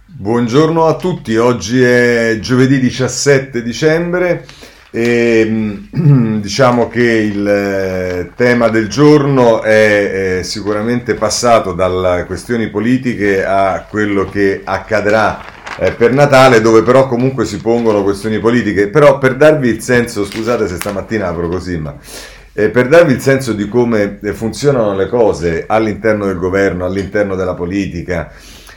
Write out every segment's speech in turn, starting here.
Buongiorno a tutti, oggi è giovedì 17 dicembre e diciamo che il tema del giorno è sicuramente passato dalle questioni politiche a quello che accadrà per Natale, dove però comunque si pongono questioni politiche. Però per darvi il senso, scusate se stamattina apro così, ma per darvi il senso di come funzionano le cose all'interno del governo, all'interno della politica.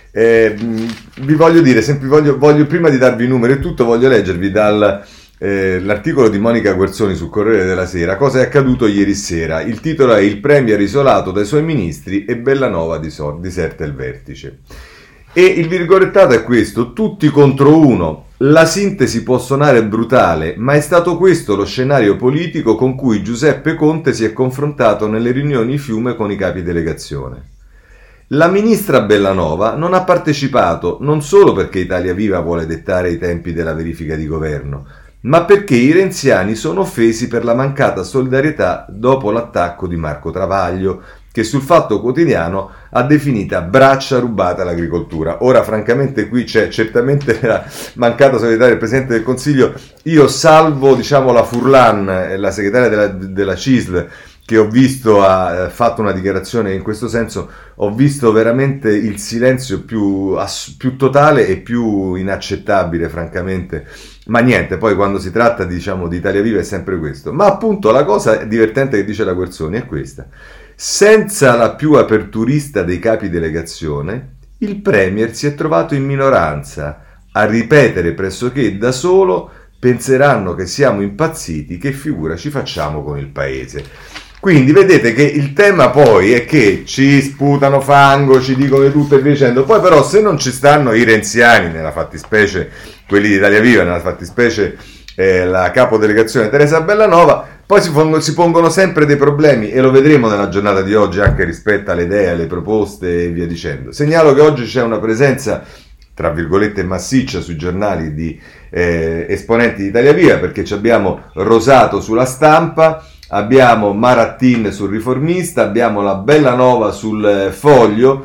Vi voglio dire, voglio prima di darvi i numeri e tutto, voglio leggervi dall'articolo di Monica Guerzoni sul Corriere della Sera cosa è accaduto ieri sera. Il titolo è "Il premier isolato dai suoi ministri e Bellanova diserta il vertice". E il virgolettato è questo: tutti contro uno. La sintesi può suonare brutale, ma è stato questo lo scenario politico con cui Giuseppe Conte si è confrontato nelle riunioni fiume con i capi delegazione. La ministra Bellanova non ha partecipato non solo perché Italia Viva vuole dettare i tempi della verifica di governo, ma perché i renziani sono offesi per la mancata solidarietà dopo l'attacco di Marco Travaglio, che sul Fatto Quotidiano ha definita braccia rubate all'agricoltura. Ora, francamente, qui c'è certamente la mancata solidarietà del Presidente del Consiglio. Io salvo, la Furlan, la segretaria della CISL, che ho visto ha fatto una dichiarazione in questo senso, ho visto veramente il silenzio più totale e più inaccettabile, francamente. Ma niente, poi quando si tratta di Italia Viva è sempre questo. Ma appunto la cosa divertente che dice la Guerzoni è questa: senza la più aperturista dei capi delegazione, il Premier si è trovato in minoranza a ripetere pressoché da solo: penseranno che siamo impazziti, che figura ci facciamo con il paese. Quindi vedete che il tema poi è che ci sputano fango, ci dicono di tutto e via dicendo. Poi però se non ci stanno i renziani, nella fattispecie quelli di Italia Viva, nella fattispecie la capodelegazione Teresa Bellanova, poi si pongono sempre dei problemi, e lo vedremo nella giornata di oggi anche rispetto alle idee, alle proposte e via dicendo. Segnalo che oggi c'è una presenza tra virgolette massiccia sui giornali di esponenti di Italia Viva, perché abbiamo Rosato sulla Stampa, abbiamo Marattin sul Riformista, abbiamo la Bellanova sul Foglio,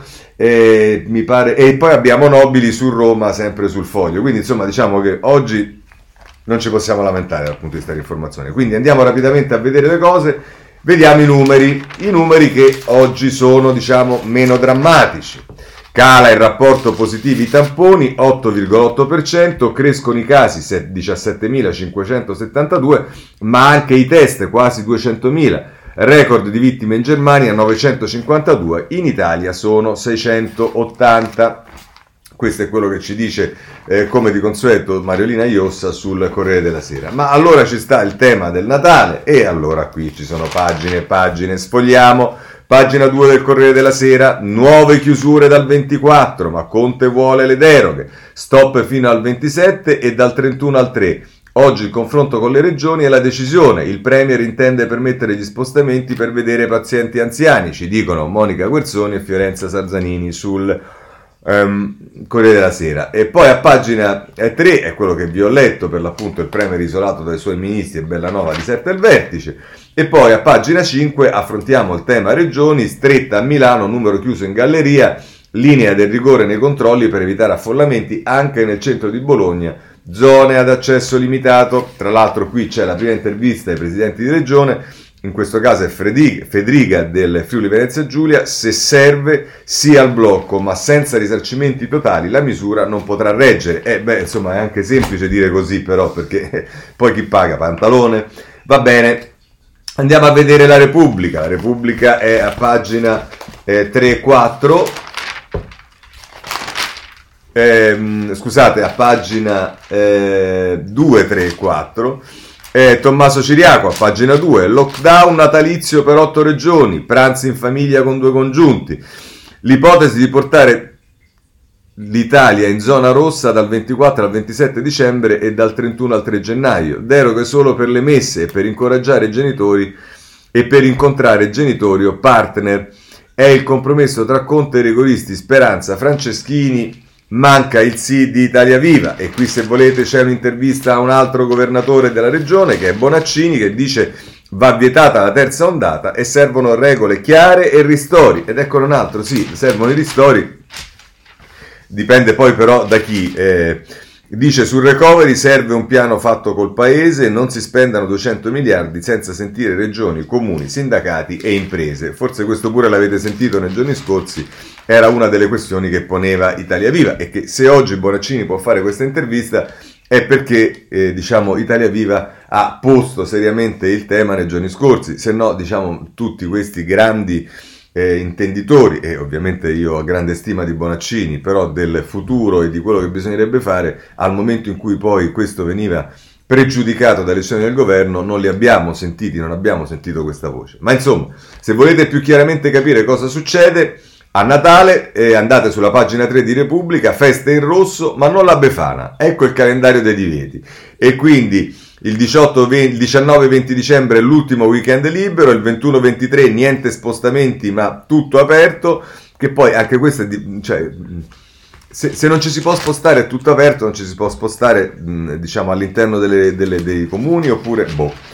mi pare, e poi abbiamo Nobili su Roma sempre sul Foglio. Quindi insomma diciamo che oggi non ci possiamo lamentare dal punto di vista dell'informazione. Quindi andiamo rapidamente a vedere le cose, vediamo i numeri che oggi sono meno drammatici. Cala il rapporto positivi tamponi, 8,8%, crescono i casi 17.572, ma anche i test, quasi 200.000. Record di vittime in Germania, 952, in Italia sono 680. Questo è quello che ci dice, come di consueto, Mariolina Iossa sul Corriere della Sera. Ma allora ci sta il tema del Natale, e allora qui ci sono pagine e pagine, sfogliamo. Pagina 2 del Corriere della Sera: nuove chiusure dal 24, ma Conte vuole le deroghe. Stop fino al 27 e dal 31 al 3. Oggi il confronto con le regioni e la decisione. Il Premier intende permettere gli spostamenti per vedere pazienti anziani, ci dicono Monica Guerzoni e Fiorenza Sarzanini sul Corriere della Sera. E poi a pagina 3 è quello che vi ho letto, per l'appunto il Premier isolato dai suoi ministri e Bellanova diserta il vertice. E poi a pagina 5 affrontiamo il tema regioni: stretta a Milano, numero chiuso in galleria, linea del rigore nei controlli per evitare affollamenti anche nel centro di Bologna, zone ad accesso limitato. Tra l'altro qui c'è la prima intervista ai presidenti di regione, in questo caso è Fedriga del Friuli Venezia Giulia: se serve sia al blocco, ma senza risarcimenti totali la misura non potrà reggere. Insomma è anche semplice dire così, però, perché poi chi paga? Pantalone? Va bene. Andiamo a vedere la Repubblica. La Repubblica è a pagina 3-4. Scusate, a pagina 2-3-4. Tommaso Ciriaco a pagina 2. Lockdown natalizio per 8 regioni. Pranzi in famiglia con 2 congiunti. L'ipotesi di portare l'Italia in zona rossa dal 24 al 27 dicembre e dal 31 al 3 gennaio. Deroghe solo per le messe e per incoraggiare i genitori e per incontrare genitori o partner. È il compromesso tra Conte e i rigoristi. Speranza Franceschini. Manca il sì di Italia Viva. E qui, se volete, c'è un'intervista a un altro governatore della regione, che è Bonaccini, che dice: va vietata la terza ondata e servono regole chiare e ristori. Ed eccolo un altro: sì, servono i ristori. dipende poi però da chi. Dice sul recovery serve un piano fatto col paese, non si spendano 200 miliardi senza sentire regioni, comuni, sindacati e imprese. Forse questo pure l'avete sentito nei giorni scorsi, era una delle questioni che poneva Italia Viva, e che se oggi Bonaccini può fare questa intervista è perché Italia Viva ha posto seriamente il tema nei giorni scorsi, se no tutti questi grandi intenditori, e ovviamente io ho grande stima di Bonaccini, però del futuro e di quello che bisognerebbe fare, al momento in cui poi questo veniva pregiudicato dalle decisioni del governo, non li abbiamo sentiti, non abbiamo sentito questa voce. Ma insomma, se volete più chiaramente capire cosa succede, a Natale andate sulla pagina 3 di Repubblica, feste in rosso, ma non la Befana. Ecco il calendario dei divieti. E quindi il 19-20 dicembre è l'ultimo weekend libero, il 21-23 niente spostamenti ma tutto aperto, che poi anche questo è se non ci si può spostare è tutto aperto, non ci si può spostare all'interno dei comuni, oppure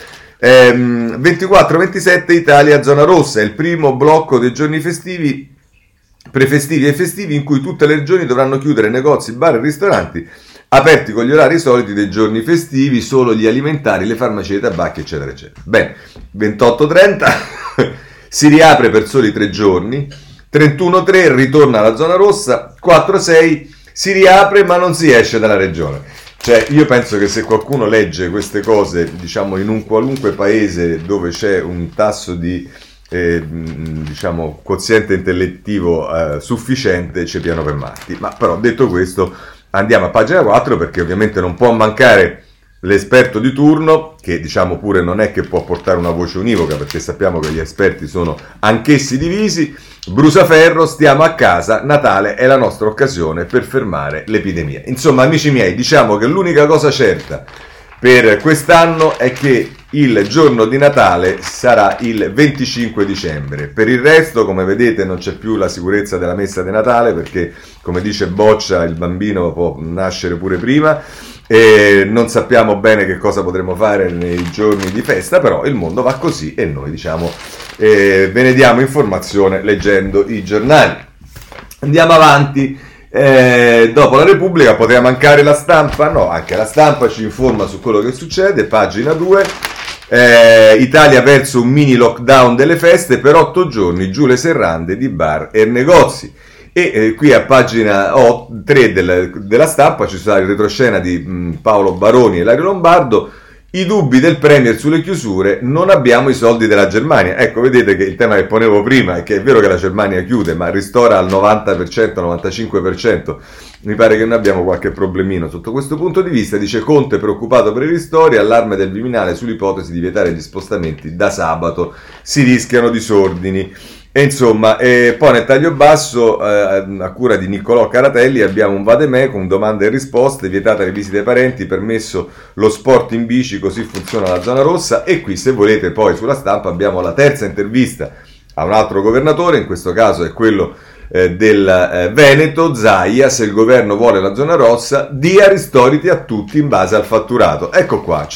24-27 Italia zona rossa, è il primo blocco dei giorni festivi, prefestivi e festivi, in cui tutte le regioni dovranno chiudere negozi, bar e ristoranti, aperti con gli orari soliti dei giorni festivi, solo gli alimentari, le farmacie, i tabacchi, eccetera, eccetera. Bene, 28-30 si riapre per soli 3 giorni, 31-3 ritorna alla zona rossa, 4-6 si riapre ma non si esce dalla regione. Cioè, io penso che se qualcuno legge queste cose, in un qualunque paese dove c'è un tasso di quoziente intellettivo sufficiente, c'è piano per matti. Ma però, detto questo, andiamo a pagina 4, perché ovviamente non può mancare l'esperto di turno, che pure non è che può portare una voce univoca, perché sappiamo che gli esperti sono anch'essi divisi. Brusaferro, stiamo a casa, Natale è la nostra occasione per fermare l'epidemia. Insomma, amici miei, diciamo che l'unica cosa certa per quest'anno è che il giorno di Natale sarà il 25 dicembre. Per il resto, come vedete, non c'è più la sicurezza della messa di Natale, perché, come dice Boccia, il bambino può nascere pure prima, e non sappiamo bene che cosa potremo fare nei giorni di festa, però il mondo va così e noi ve ne diamo informazione leggendo i giornali. Andiamo avanti. Dopo la Repubblica poteva mancare la Stampa? No, anche la Stampa ci informa su quello che succede, pagina 2. Italia verso un mini lockdown delle feste, per 8 giorni giù le serrande di bar e negozi. E qui a pagina 3 della Stampa ci sarà il retroscena di Paolo Baroni e Lario Lombardo. I dubbi del Premier sulle chiusure, non abbiamo i soldi della Germania. Ecco, vedete che il tema che ponevo prima è che è vero che la Germania chiude, ma ristora al 90%, 95%. Mi pare che noi abbiamo qualche problemino sotto questo punto di vista. Dice Conte preoccupato per i ristori, allarme del Viminale sull'ipotesi di vietare gli spostamenti da sabato, si rischiano disordini. E insomma, poi nel taglio basso, a cura di Niccolò Caratelli, abbiamo un vademè con domande e risposte, vietata le visite ai parenti, permesso lo sport in bici, così funziona la zona rossa. E qui, se volete, poi sulla Stampa abbiamo la terza intervista a un altro governatore, in questo caso è quello del Veneto, Zaia. Se il governo vuole la zona rossa, dia ristoriti a tutti in base al fatturato. Ecco qua,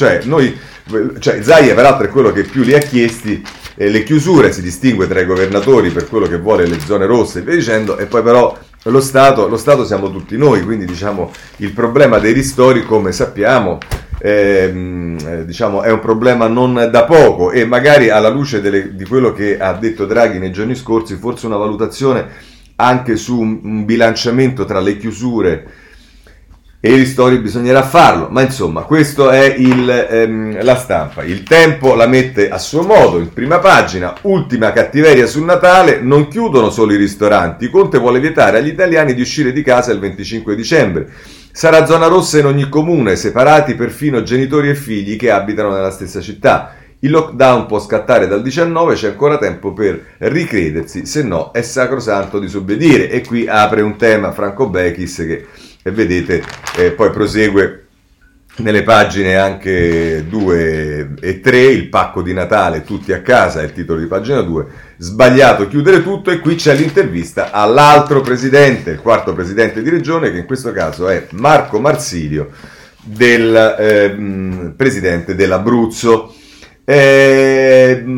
Zaia peraltro è quello che più li ha chiesti le chiusure, si distingue tra i governatori per quello che vuole le zone rosse e via dicendo, e poi però lo Stato siamo tutti noi, quindi il problema dei ristori, come sappiamo, è un problema non da poco, e magari alla luce di quello che ha detto Draghi nei giorni scorsi, forse una valutazione anche su un bilanciamento tra le chiusure e i ristori bisognerà farlo, ma insomma questo è la Stampa. Il Tempo la mette a suo modo in prima pagina: ultima cattiveria sul Natale, non chiudono solo i ristoranti, Conte vuole vietare agli italiani di uscire di casa il 25 dicembre, sarà zona rossa in ogni comune, separati perfino genitori e figli che abitano nella stessa città. Il lockdown può scattare dal 19, c'è ancora tempo per ricredersi, se no è sacrosanto disobbedire. E qui apre un tema Franco Bechis che vedete poi prosegue nelle pagine anche 2 e 3, il pacco di Natale tutti a casa è il titolo di pagina 2, sbagliato chiudere tutto. E qui c'è l'intervista all'altro presidente, il quarto presidente di regione, che in questo caso è Marco Marsilio, del presidente dell'Abruzzo.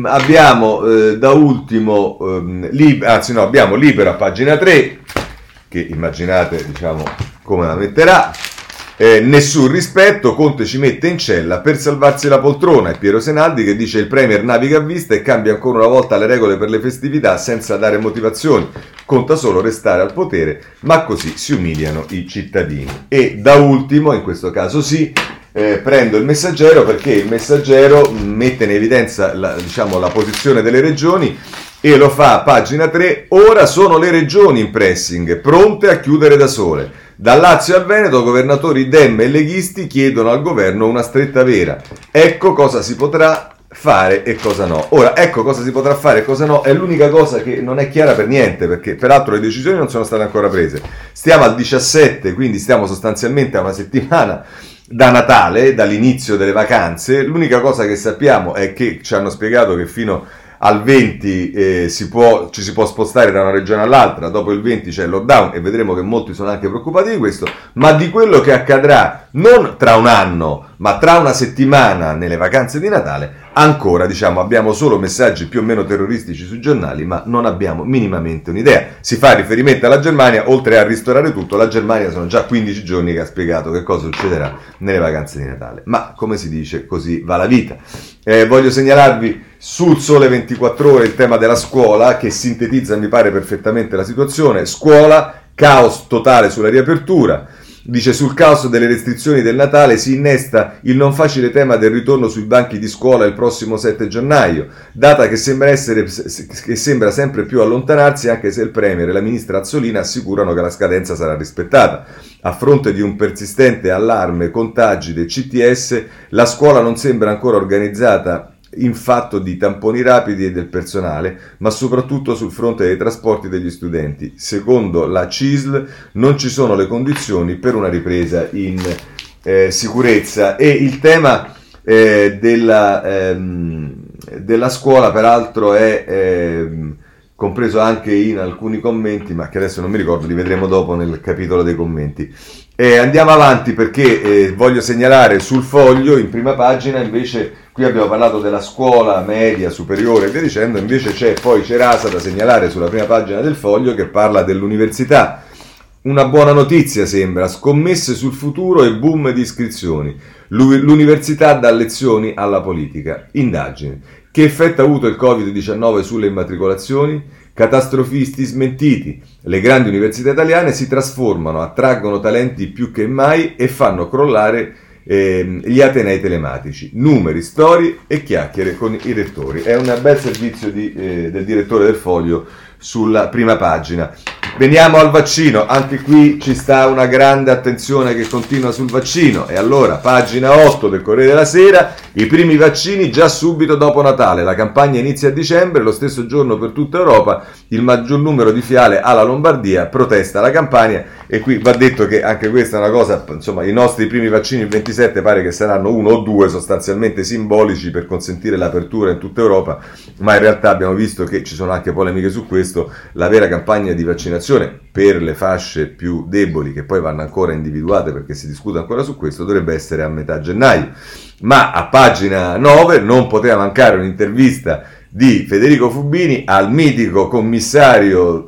Abbiamo da ultimo abbiamo Libero a pagina 3. che immaginate, diciamo, come la metterà. Nessun rispetto, Conte ci mette in cella per salvarsi la poltrona. E Piero Senaldi che dice: il Premier naviga a vista e cambia ancora una volta le regole per le festività senza dare motivazioni, conta solo restare al potere, ma così si umiliano i cittadini. E da ultimo, in questo caso sì, prendo il Messaggero, perché il Messaggero mette in evidenza la posizione delle regioni e lo fa a pagina 3. Ora sono le regioni in pressing, pronte a chiudere da sole. Dal Lazio al Veneto, governatori Dem e leghisti chiedono al governo una stretta vera. Ecco cosa si potrà fare e cosa no. Ora, ecco cosa si potrà fare e cosa no è l'unica cosa che non è chiara per niente, perché peraltro le decisioni non sono state ancora prese. Stiamo al 17, quindi stiamo sostanzialmente a una settimana da Natale, dall'inizio delle vacanze. L'unica cosa che sappiamo è che ci hanno spiegato che fino al 20 ci si può spostare da una regione all'altra, dopo il 20 c'è il lockdown e vedremo che molti sono anche preoccupati di questo, ma di quello che accadrà non tra un anno, ma tra una settimana nelle vacanze di Natale, ancora abbiamo solo messaggi più o meno terroristici sui giornali, ma non abbiamo minimamente un'idea. Si fa riferimento alla Germania, oltre a ristorare tutto, la Germania sono già 15 giorni che ha spiegato che cosa succederà nelle vacanze di Natale, ma come si dice, così va la vita. Voglio segnalarvi sul Sole 24 Ore il tema della scuola, che sintetizza, mi pare, perfettamente la situazione. Scuola, caos totale sulla riapertura. Dice: sul caos delle restrizioni del Natale si innesta il non facile tema del ritorno sui banchi di scuola il prossimo 7 gennaio, data che sembra sempre più allontanarsi, anche se il Premier e la ministra Azzolina assicurano che la scadenza sarà rispettata. A fronte di un persistente allarme contagi del CTS, la scuola non sembra ancora organizzata in fatto di tamponi rapidi e del personale, ma soprattutto sul fronte dei trasporti degli studenti. Secondo la CISL non ci sono le condizioni per una ripresa in sicurezza. E il tema della scuola peraltro è compreso anche in alcuni commenti, ma che adesso non mi ricordo, li vedremo dopo nel capitolo dei commenti. Andiamo avanti, perché voglio segnalare sul Foglio in prima pagina, invece, qui abbiamo parlato della scuola media, superiore e via dicendo, invece c'è Cerasa da segnalare sulla prima pagina del Foglio, che parla dell'università. Una buona notizia sembra: scommesse sul futuro e boom di iscrizioni. L'università dà lezioni alla politica. Indagine. Che effetto ha avuto il Covid-19 sulle immatricolazioni? Catastrofisti smentiti. Le grandi università italiane si trasformano, attraggono talenti più che mai e fanno crollare gli atenei telematici. Numeri, storie e chiacchiere con i rettori. È un bel servizio del direttore del Foglio sulla prima pagina. Veniamo al vaccino, anche qui ci sta una grande attenzione che continua sul vaccino. E allora, pagina 8 del Corriere della Sera: i primi vaccini già subito dopo Natale, la campagna inizia a dicembre, lo stesso giorno per tutta Europa, il maggior numero di fiale alla Lombardia, protesta la Campania. E qui va detto che anche questa è una cosa, insomma, i nostri primi vaccini il 27 pare che saranno 1 o 2 sostanzialmente simbolici per consentire l'apertura in tutta Europa, ma in realtà abbiamo visto che ci sono anche polemiche su questo. La vera campagna di vaccinazione per le fasce più deboli, che poi vanno ancora individuate perché si discute ancora su questo, dovrebbe essere a metà gennaio. Ma a pagina 9 non poteva mancare un'intervista di Federico Fubini al mitico commissario,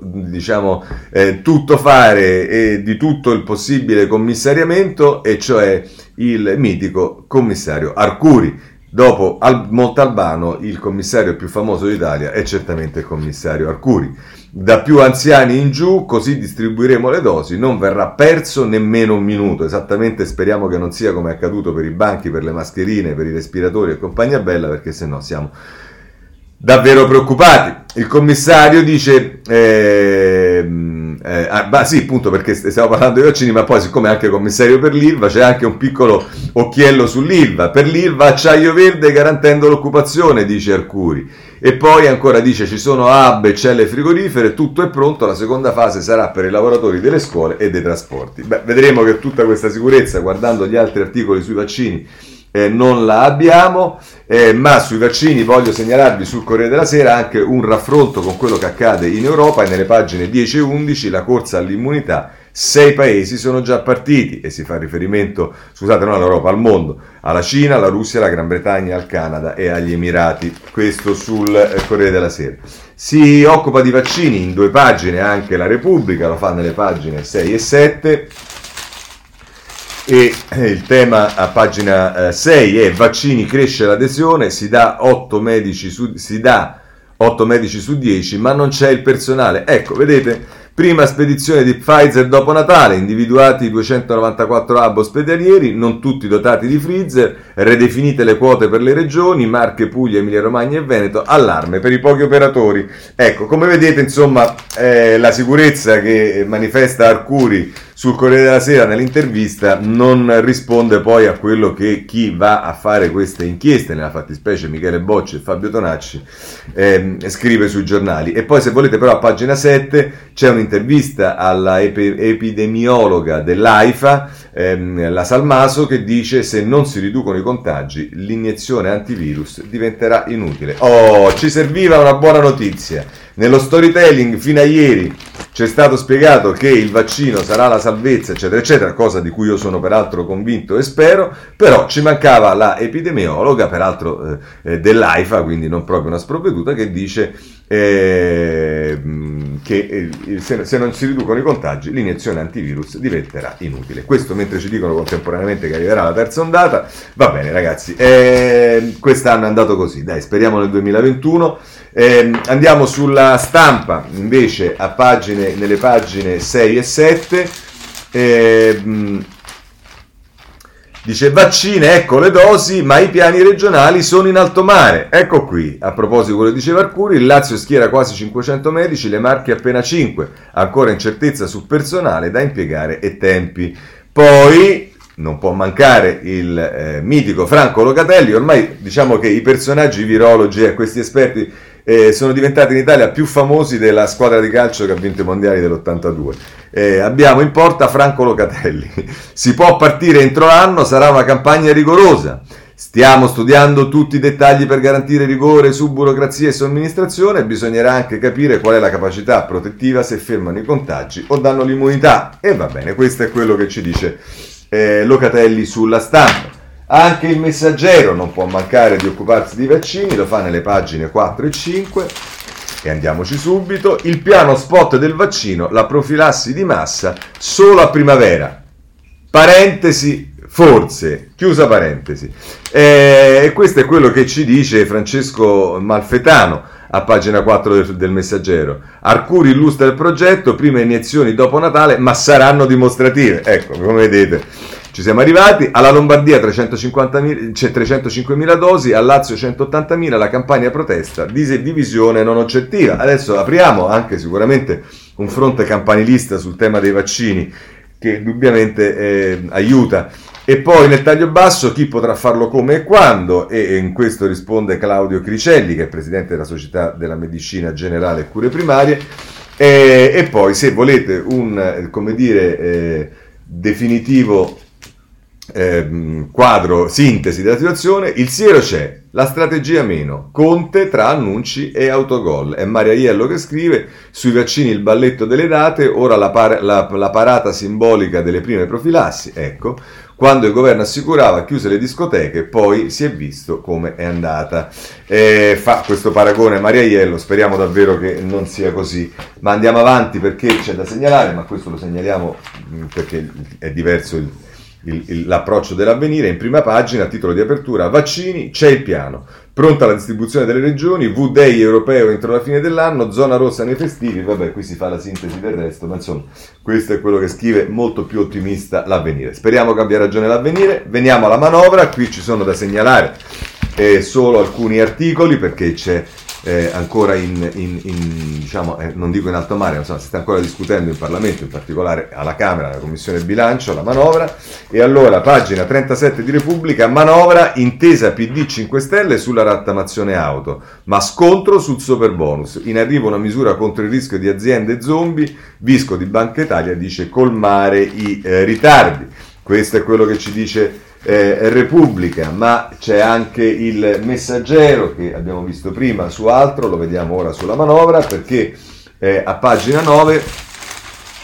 tuttofare e di tutto il possibile commissariamento, e cioè il mitico commissario Arcuri. Dopo Montalbano, il commissario più famoso d'Italia è certamente il commissario Arcuri. Da più anziani in giù, così distribuiremo le dosi, non verrà perso nemmeno un minuto. Esattamente, speriamo che non sia come è accaduto per i banchi, per le mascherine, per i respiratori e compagnia bella, perché sennò siamo davvero preoccupati. Il commissario dice sì, appunto, perché stiamo parlando di vaccini, ma poi siccome è anche commissario per l'Ilva c'è anche un piccolo occhiello sull'Ilva. Per l'Ilva acciaio verde garantendo l'occupazione, dice Arcuri. E poi ancora dice: ci sono hub e celle frigorifere, tutto è pronto, la seconda fase sarà per i lavoratori delle scuole e dei trasporti. Vedremo che tutta questa sicurezza, guardando gli altri articoli sui vaccini, non la abbiamo, ma sui vaccini voglio segnalarvi sul Corriere della Sera anche un raffronto con quello che accade in Europa, e nelle pagine 10 e 11 la corsa all'immunità 6 paesi sono già partiti, e si fa riferimento, scusate, non all'Europa, al mondo, alla Cina, alla Russia, alla Gran Bretagna, al Canada e agli Emirati. Questo sul Corriere della Sera. Si occupa di vaccini in 2 pagine anche la Repubblica, lo fa nelle pagine 6 e 7. E il tema a pagina 6 è vaccini, cresce l'adesione, si dà 8 medici su 10, ma non c'è il personale. Ecco, vedete, prima spedizione di Pfizer dopo Natale, individuati 294 hub ospedalieri, non tutti dotati di freezer, redefinite le quote per le regioni, Marche, Puglia, Emilia Romagna e Veneto, allarme per i pochi operatori. Ecco, come vedete, insomma, la sicurezza che manifesta Arcuri sul Corriere della Sera nell'intervista non risponde poi a quello che chi va a fare queste inchieste, nella fattispecie Michele Bocci e Fabio Tonacci, scrive sui giornali. E poi, se volete, però, a pagina 7 c'è un'intervista alla epidemiologa dell'AIFA, la Salmaso, che dice: se non si riducono i contagi, l'iniezione antivirus diventerà inutile. Oh, ci serviva una buona notizia. Nello storytelling fino a ieri ci è stato spiegato che il vaccino sarà la salvezza, eccetera, eccetera, cosa di cui io sono peraltro convinto e spero, però ci mancava la epidemiologa, peraltro dell'AIFA, quindi non proprio una sprovveduta, che dice che se non si riducono i contagi, l'iniezione antivirus diventerà inutile. Questo mentre ci dicono contemporaneamente che arriverà la terza ondata. Va bene, ragazzi, quest'anno è andato così, dai, speriamo nel 2021. Andiamo sulla Stampa invece nelle pagine 6 e 7. Dice: vaccine, ecco le dosi, ma i piani regionali sono in alto mare. Ecco qui, a proposito di quello che diceva Arcuri, il Lazio schiera quasi 500 medici, le Marche appena 5, ancora incertezza sul personale da impiegare e tempi. Poi non può mancare il mitico Franco Locatelli. Ormai diciamo che i personaggi virologi e questi esperti sono diventati in Italia più famosi della squadra di calcio che ha vinto i mondiali dell'82. Abbiamo in porta Franco Locatelli. Si può partire entro l'anno, sarà una campagna rigorosa. Stiamo studiando tutti i dettagli per garantire rigore su burocrazia e somministrazione. Bisognerà anche capire qual è la capacità protettiva se fermano i contagi o danno l'immunità. E va bene, questo è quello che ci dice Locatelli sulla Stampa. Anche il Messaggero non può mancare di occuparsi di vaccini, lo fa nelle pagine 4 e 5. E andiamoci subito. Il piano spot del vaccino, la profilassi di massa solo a primavera. Parentesi, forse, chiusa parentesi. E questo è quello che ci dice Francesco Malfetano a pagina 4 del Messaggero. Arcuri illustra il progetto, prime iniezioni dopo Natale, ma saranno dimostrative. Ecco, come vedete, ci siamo arrivati. Alla Lombardia 305.000 dosi, al Lazio 180.000, la campagna protesta, divisione non oggettiva. Adesso apriamo anche sicuramente un fronte campanilista sul tema dei vaccini, che indubbiamente aiuta. E poi nel taglio basso chi potrà farlo come e quando, e in questo risponde Claudio Cricelli, che è presidente della Società della Medicina Generale e Cure Primarie. E poi, se volete un definitivo quadro, sintesi della situazione, il siero c'è, la strategia meno, Conte tra annunci e autogol. È Maria Iello che scrive: sui vaccini il balletto delle date, ora la parata simbolica delle prime profilassi. Ecco, quando il governo assicurava chiuse le discoteche, poi si è visto come è andata. Fa questo paragone Maria Iello, speriamo davvero che non sia così, ma andiamo avanti perché c'è da segnalare, ma questo lo segnaliamo perché è diverso l'approccio dell'Avvenire. In prima pagina, a titolo di apertura: vaccini, c'è il piano, pronta la distribuzione delle regioni, V-Day europeo entro la fine dell'anno, zona rossa nei festivi. Vabbè, qui si fa la sintesi del resto, ma insomma questo è quello che scrive molto più ottimista l'Avvenire. Speriamo che abbia ragione l'Avvenire. Veniamo alla manovra. Qui ci sono da segnalare solo alcuni articoli, perché c'è ancora non dico in alto mare, insomma, si sta ancora discutendo in Parlamento, in particolare alla Camera, la Commissione Bilancio, la manovra. E allora, pagina 37 di Repubblica: manovra, intesa PD 5 Stelle sulla rottamazione auto, ma scontro sul superbonus. In arrivo una misura contro il rischio di aziende zombie, Visco di Banca Italia dice colmare i ritardi. Questo è quello che ci dice Repubblica, ma c'è anche il Messaggero che abbiamo visto prima su altro, lo vediamo ora sulla manovra, perché a pagina 9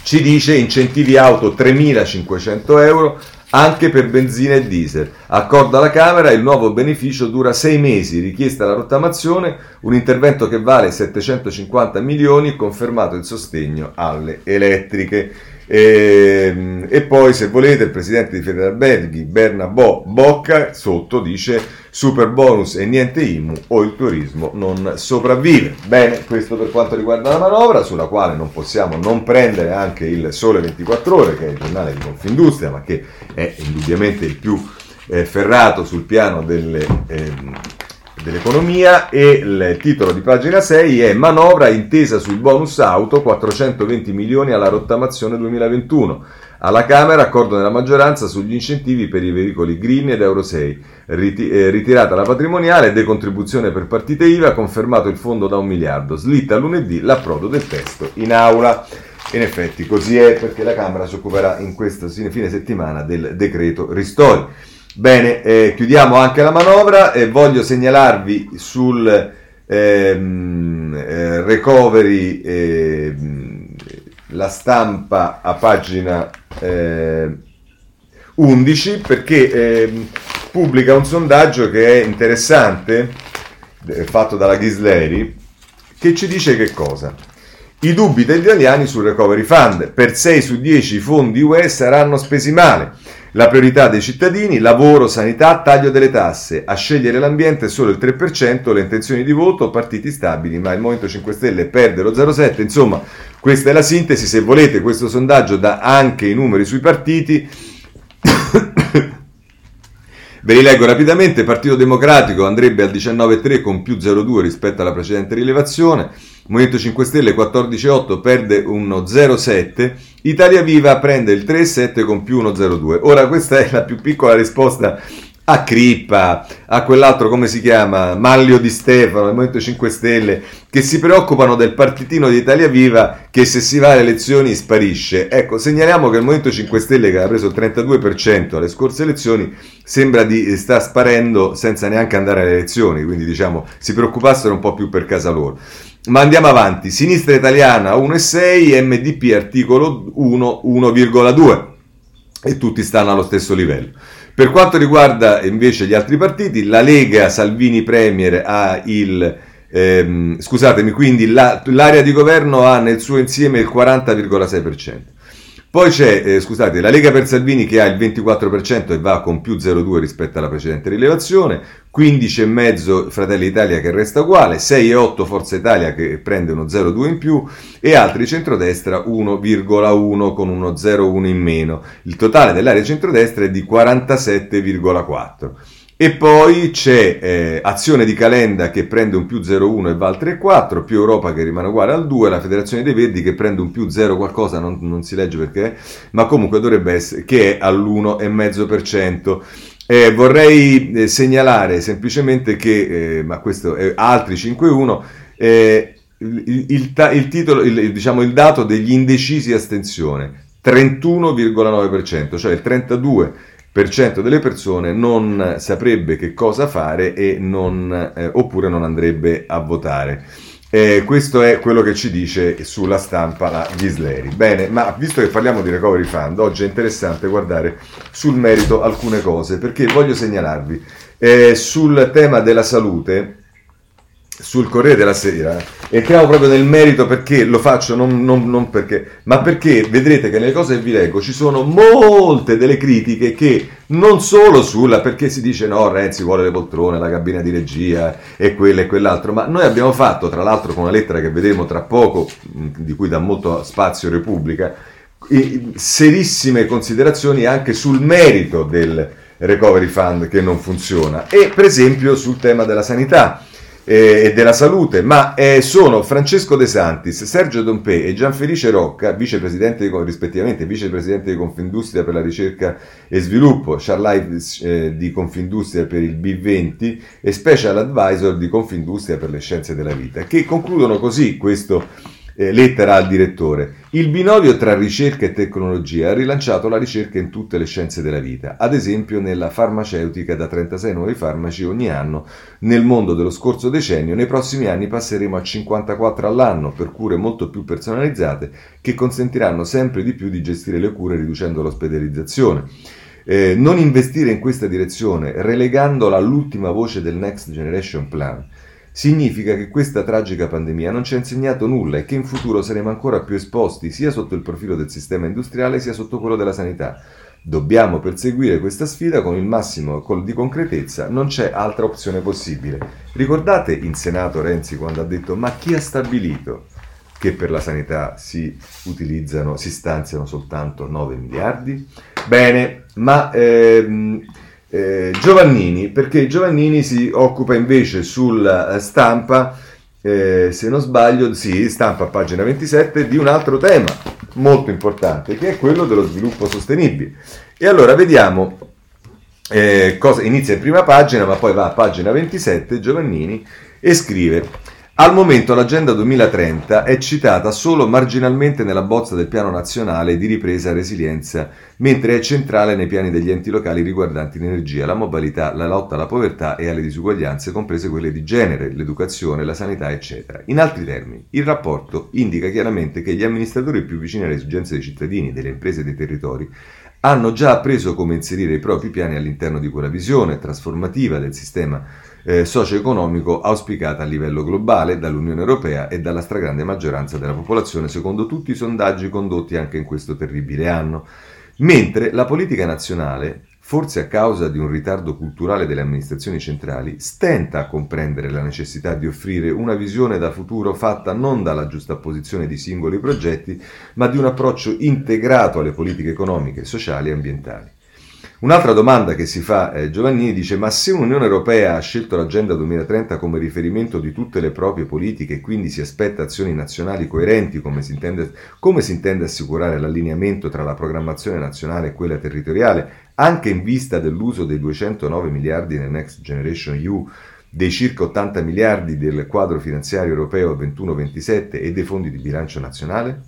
ci dice incentivi auto 3.500 euro anche per benzina e diesel. Accordo alla Camera, il nuovo beneficio dura 6 mesi, richiesta la rottamazione, un intervento che vale 750 milioni, confermato il sostegno alle elettriche. E poi, se volete, il presidente di Federalberghi, Bernabò Bocca, sotto dice super bonus e niente IMU o il turismo non sopravvive. Bene, questo per quanto riguarda la manovra, sulla quale non possiamo non prendere anche il Sole 24 Ore, che è il giornale di Confindustria, ma che è indubbiamente il più ferrato sul piano dell'economia, e il titolo di pagina 6 è manovra intesa sui bonus auto, 420 milioni alla rottamazione 2021. Alla Camera accordo nella maggioranza sugli incentivi per i veicoli green ed Euro 6, ritirata la patrimoniale, decontribuzione per partite IVA, confermato il fondo da 1 miliardo, slitta lunedì l'approdo del testo in aula. In effetti così è, perché la Camera si occuperà in questo fine settimana del decreto ristori. Bene, chiudiamo anche la manovra e voglio segnalarvi sul recovery La Stampa a pagina 11, perché pubblica un sondaggio che è interessante, fatto dalla Ghisleri, che ci dice che cosa? I dubbi degli italiani sul recovery fund: per 6 su 10 i fondi UE saranno spesi male. La priorità dei cittadini: lavoro, sanità, taglio delle tasse. A scegliere l'ambiente solo il 3%, le intenzioni di voto, partiti stabili, ma il Movimento 5 Stelle perde lo 0,7%. Insomma, questa è la sintesi. Se volete, questo sondaggio dà anche i numeri sui partiti. Ve li leggo rapidamente. Partito Democratico andrebbe al 19,3 con più 0,2 rispetto alla precedente rilevazione. Movimento 5 Stelle 14,8 perde uno 0,7. Italia Viva prende il 3,7 con più 1,02. Ora, questa è la più piccola risposta a Crippa, a quell'altro, come si chiama, Manlio Di Stefano, del Movimento 5 Stelle, che si preoccupano del partitino di Italia Viva che se si va alle elezioni sparisce. Ecco, segnaliamo che il Movimento 5 Stelle, che aveva preso il 32% alle scorse elezioni, sembra di sta sparendo senza neanche andare alle elezioni, quindi diciamo si preoccupassero un po' più per casa loro. Ma andiamo avanti. Sinistra Italiana 1,6, MDP articolo 1 1,2, e tutti stanno allo stesso livello. Per quanto riguarda invece gli altri partiti, la Lega Salvini Premier ha quindi l'area di governo ha nel suo insieme il 40,6%. Poi c'è, la Lega per Salvini che ha il 24% e va con più 0,2 rispetto alla precedente rilevazione, 15,5 Fratelli Italia che resta uguale, 6,8 Forza Italia che prende uno 0,2 in più e altri centrodestra 1,1 con uno 0,1 in meno. Il totale dell'area centrodestra è di 47,4. E poi c'è Azione di Calenda che prende un più 0,1 e va al 3,4, più Europa che rimane uguale al 2, la Federazione dei Verdi che prende un più 0 qualcosa, non si legge perché, ma comunque dovrebbe essere, che è all'1,5%. Vorrei segnalare semplicemente che, ma questo è altri 5,1, il titolo, il dato degli indecisi astensione, 31,9%, cioè il 32% delle persone non saprebbe che cosa fare e oppure non andrebbe a votare. Questo è quello che ci dice sulla Stampa la Ghisleri. Bene, ma visto che parliamo di recovery fund, oggi è interessante guardare sul merito alcune cose, perché voglio segnalarvi sul tema della salute. Sul Corriere della Sera entriamo proprio nel merito, perché lo faccio non perché, ma perché vedrete che nelle cose che vi leggo ci sono molte delle critiche che non solo perché si dice no, Renzi vuole le poltrone, la cabina di regia e quello e quell'altro, ma noi abbiamo fatto, tra l'altro con una lettera che vedremo tra poco, di cui dà molto spazio Repubblica, serissime considerazioni anche sul merito del recovery fund che non funziona, e per esempio sul tema della sanità e della salute, ma sono Francesco De Santis, Sergio Dompé e Gianfelice Rocca, rispettivamente vicepresidente di Confindustria per la ricerca e sviluppo, Charlife di Confindustria per il B20 e Special Advisor di Confindustria per le scienze della vita, che concludono così questo lettera al direttore. Il binomio tra ricerca e tecnologia ha rilanciato la ricerca in tutte le scienze della vita, ad esempio nella farmaceutica da 36 nuovi farmaci ogni anno. Nel mondo dello scorso decennio, nei prossimi anni passeremo a 54 all'anno per cure molto più personalizzate che consentiranno sempre di più di gestire le cure riducendo l'ospedalizzazione. Non investire in questa direzione, relegandola all'ultima voce del Next Generation Plan, significa che questa tragica pandemia non ci ha insegnato nulla e che in futuro saremo ancora più esposti sia sotto il profilo del sistema industriale sia sotto quello della sanità. Dobbiamo perseguire questa sfida con il massimo di concretezza, non c'è altra opzione possibile. Ricordate in Senato Renzi quando ha detto: ma chi ha stabilito che per la sanità si stanziano soltanto 9 miliardi? Bene, ma Giovannini, perché Giovannini si occupa invece sul Stampa, se non sbaglio, sì, Stampa pagina 27, di un altro tema molto importante, che è quello dello sviluppo sostenibile. E allora vediamo cosa inizia in prima pagina, ma poi va a pagina 27, Giovannini, e scrive: al momento l'Agenda 2030 è citata solo marginalmente nella bozza del Piano Nazionale di Ripresa e Resilienza, mentre è centrale nei piani degli enti locali riguardanti l'energia, la mobilità, la lotta alla povertà e alle disuguaglianze, comprese quelle di genere, l'educazione, la sanità, eccetera. In altri termini, il rapporto indica chiaramente che gli amministratori più vicini alle esigenze dei cittadini, delle imprese e dei territori hanno già appreso come inserire i propri piani all'interno di quella visione trasformativa del sistema socio-economico auspicata a livello globale dall'Unione Europea e dalla stragrande maggioranza della popolazione, secondo tutti i sondaggi condotti anche in questo terribile anno. Mentre la politica nazionale, forse a causa di un ritardo culturale delle amministrazioni centrali, stenta a comprendere la necessità di offrire una visione da futuro fatta non dalla giustapposizione di singoli progetti, ma di un approccio integrato alle politiche economiche, sociali e ambientali. Un'altra domanda che si fa Giovannini dice: ma se l'Unione Europea ha scelto l'Agenda 2030 come riferimento di tutte le proprie politiche e quindi si aspetta azioni nazionali coerenti, come si intende assicurare l'allineamento tra la programmazione nazionale e quella territoriale, anche in vista dell'uso dei 209 miliardi nel Next Generation EU, dei circa 80 miliardi del quadro finanziario europeo 21-27 e dei fondi di bilancio nazionale?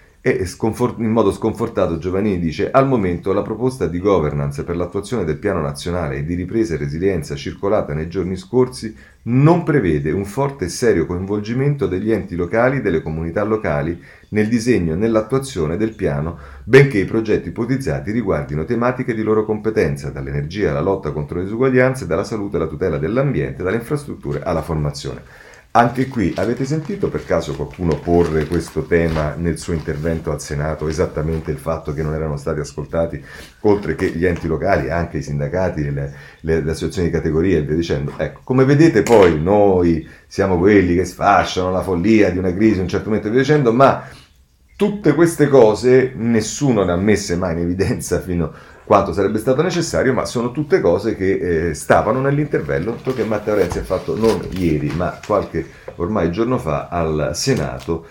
E in modo sconfortato Giovannini dice: al momento la proposta di governance per l'attuazione del piano nazionale e di ripresa e resilienza circolata nei giorni scorsi non prevede un forte e serio coinvolgimento degli enti locali e delle comunità locali nel disegno e nell'attuazione del piano, benché i progetti ipotizzati riguardino tematiche di loro competenza, dall'energia alla lotta contro le disuguaglianze, dalla salute alla tutela dell'ambiente, dalle infrastrutture alla formazione. Anche qui avete sentito per caso qualcuno porre questo tema nel suo intervento al Senato, esattamente il fatto che non erano stati ascoltati, oltre che gli enti locali, anche i sindacati, le associazioni di categoria e via dicendo? Ecco, come vedete poi noi siamo quelli che sfasciano la follia di una crisi in un certo momento e via dicendo, ma tutte queste cose nessuno le ha messe mai in evidenza fino a quanto sarebbe stato necessario, ma sono tutte cose che stavano nell'intervento che Matteo Renzi ha fatto non ieri, ma qualche ormai giorno fa al Senato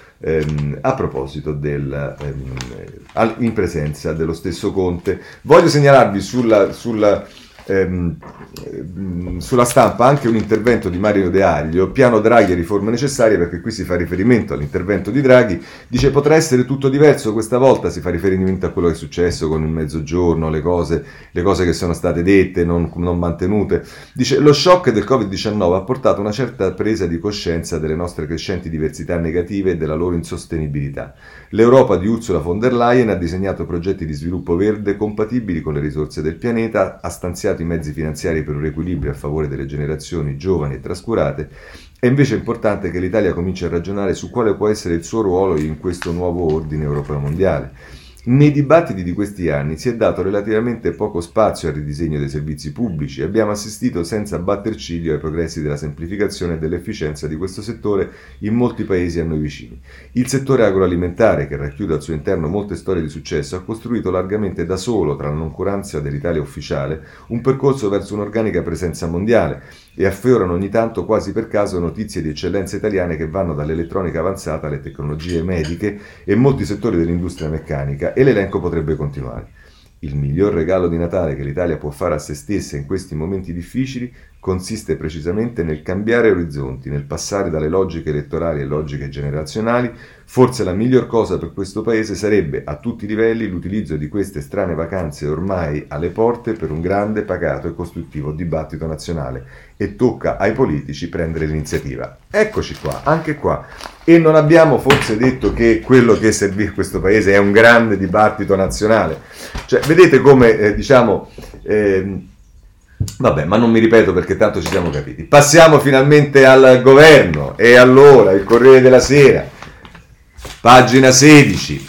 a proposito in presenza dello stesso Conte. Voglio segnalarvi sulla Stampa anche un intervento di Mario De Aglio, piano Draghi e riforme necessarie, perché qui si fa riferimento all'intervento di Draghi, dice potrà essere tutto diverso questa volta, si fa riferimento a quello che è successo con il mezzogiorno, le cose che sono state dette, non mantenute. Dice: lo shock del Covid-19 ha portato una certa presa di coscienza delle nostre crescenti diversità negative e della loro insostenibilità. L'Europa di Ursula von der Leyen ha disegnato progetti di sviluppo verde compatibili con le risorse del pianeta, ha stanziato i mezzi finanziari per un riequilibrio a favore delle generazioni giovani e trascurate. È invece importante che l'Italia cominci a ragionare su quale può essere il suo ruolo in questo nuovo ordine europeo mondiale. Nei dibattiti di questi anni si è dato relativamente poco spazio al ridisegno dei servizi pubblici e abbiamo assistito senza batter ciglio ai progressi della semplificazione e dell'efficienza di questo settore in molti paesi a noi vicini. Il settore agroalimentare, che racchiude al suo interno molte storie di successo, ha costruito largamente da solo, tra la noncuranza dell'Italia ufficiale, un percorso verso un'organica presenza mondiale, e affiorano ogni tanto quasi per caso notizie di eccellenze italiane che vanno dall'elettronica avanzata alle tecnologie mediche e molti settori dell'industria meccanica, e l'elenco potrebbe continuare. Il miglior regalo di Natale che l'Italia può fare a se stessa in questi momenti difficili consiste precisamente nel cambiare orizzonti, nel passare dalle logiche elettorali a logiche generazionali. Forse la miglior cosa per questo paese sarebbe, a tutti i livelli, l'utilizzo di queste strane vacanze ormai alle porte per un grande, pacato e costruttivo dibattito nazionale. E tocca ai politici prendere l'iniziativa. Eccoci qua, anche qua. E non abbiamo forse detto che quello che serve a questo paese è un grande dibattito nazionale. Cioè, vedete come, vabbè, ma non mi ripeto perché tanto ci siamo capiti. Passiamo finalmente al governo. E allora, il Corriere della Sera, pagina 16.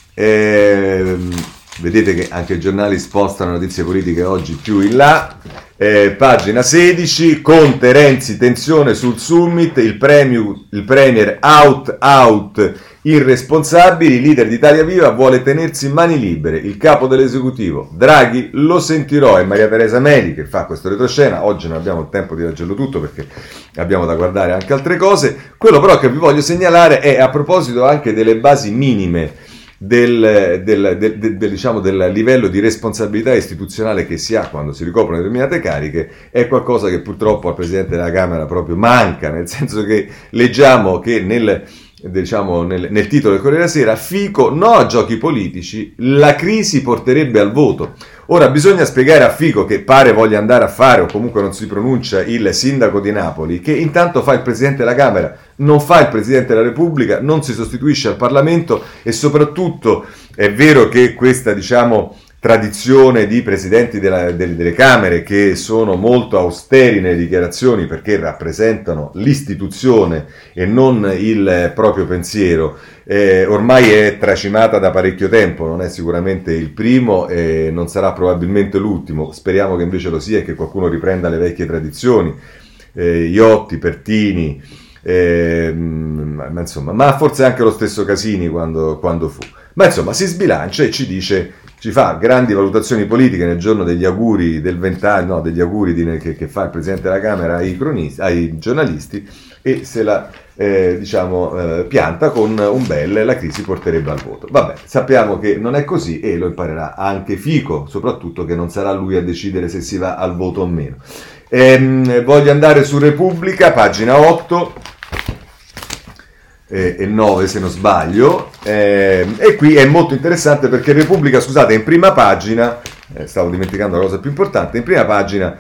Vedete che anche i giornali spostano notizie politiche oggi più in là. Pagina 16, Conte, Renzi, tensione sul summit, il premier out, irresponsabili, il leader di Italia Viva vuole tenersi mani libere, il capo dell'esecutivo, Draghi, lo sentirò, è Maria Teresa Meli che fa questo retroscena. Oggi non abbiamo il tempo di leggerlo tutto perché abbiamo da guardare anche altre cose. Quello però che vi voglio segnalare è, a proposito anche delle basi minime del livello di responsabilità istituzionale che si ha quando si ricoprono determinate cariche, è qualcosa che purtroppo al Presidente della Camera proprio manca, nel senso che leggiamo che nel titolo del Corriere della Sera: Fico no a giochi politici, la crisi porterebbe al voto. Ora bisogna spiegare a Fico, che pare voglia andare a fare, o comunque non si pronuncia, il sindaco di Napoli, che intanto fa il Presidente della Camera, non fa il Presidente della Repubblica, non si sostituisce al Parlamento, e soprattutto è vero che questa tradizione di presidenti delle Camere che sono molto austeri nelle dichiarazioni perché rappresentano l'istituzione e non il proprio pensiero, ormai è tracimata da parecchio tempo, non è sicuramente il primo e non sarà probabilmente l'ultimo. Speriamo che invece lo sia e che qualcuno riprenda le vecchie tradizioni, Iotti, Pertini, ma forse anche lo stesso Casini quando fu. Ma insomma si sbilancia e ci fa grandi valutazioni politiche nel giorno degli auguri del vent'anni, degli auguri che fa il Presidente della Camera ai giornalisti, e se la pianta con un bel "la crisi porterebbe al voto". Vabbè, sappiamo che non è così e lo imparerà anche Fico, soprattutto che non sarà lui a decidere se si va al voto o meno. Voglio andare su Repubblica, pagina 8 e 9 se non sbaglio, e qui è molto interessante perché Repubblica, scusate, in prima pagina, stavo dimenticando la cosa più importante, in prima pagina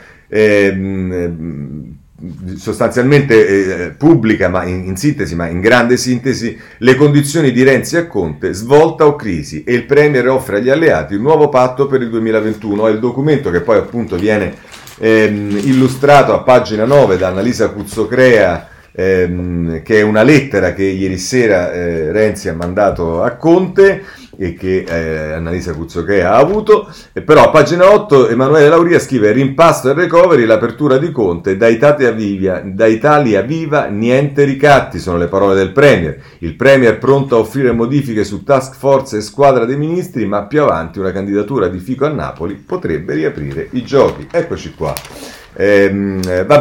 sostanzialmente pubblica, ma in sintesi, ma in grande sintesi, le condizioni di Renzi e Conte: svolta o crisi, e il Premier offre agli alleati un nuovo patto per il 2021. È il documento che poi appunto viene illustrato a pagina 9 da Annalisa Cuzzocrea, che è una lettera che ieri sera Renzi ha mandato a Conte e che Annalisa Cuzzocrea ha avuto. E però a pagina 8 Emanuele Lauria scrive: rimpasto e recovery, l'apertura di Conte, da Italia Viva niente ricatti, sono le parole del Premier. Il Premier pronto a offrire modifiche su task force e squadra dei ministri, ma più avanti una candidatura di Fico a Napoli potrebbe riaprire i giochi. Eccoci qua. Va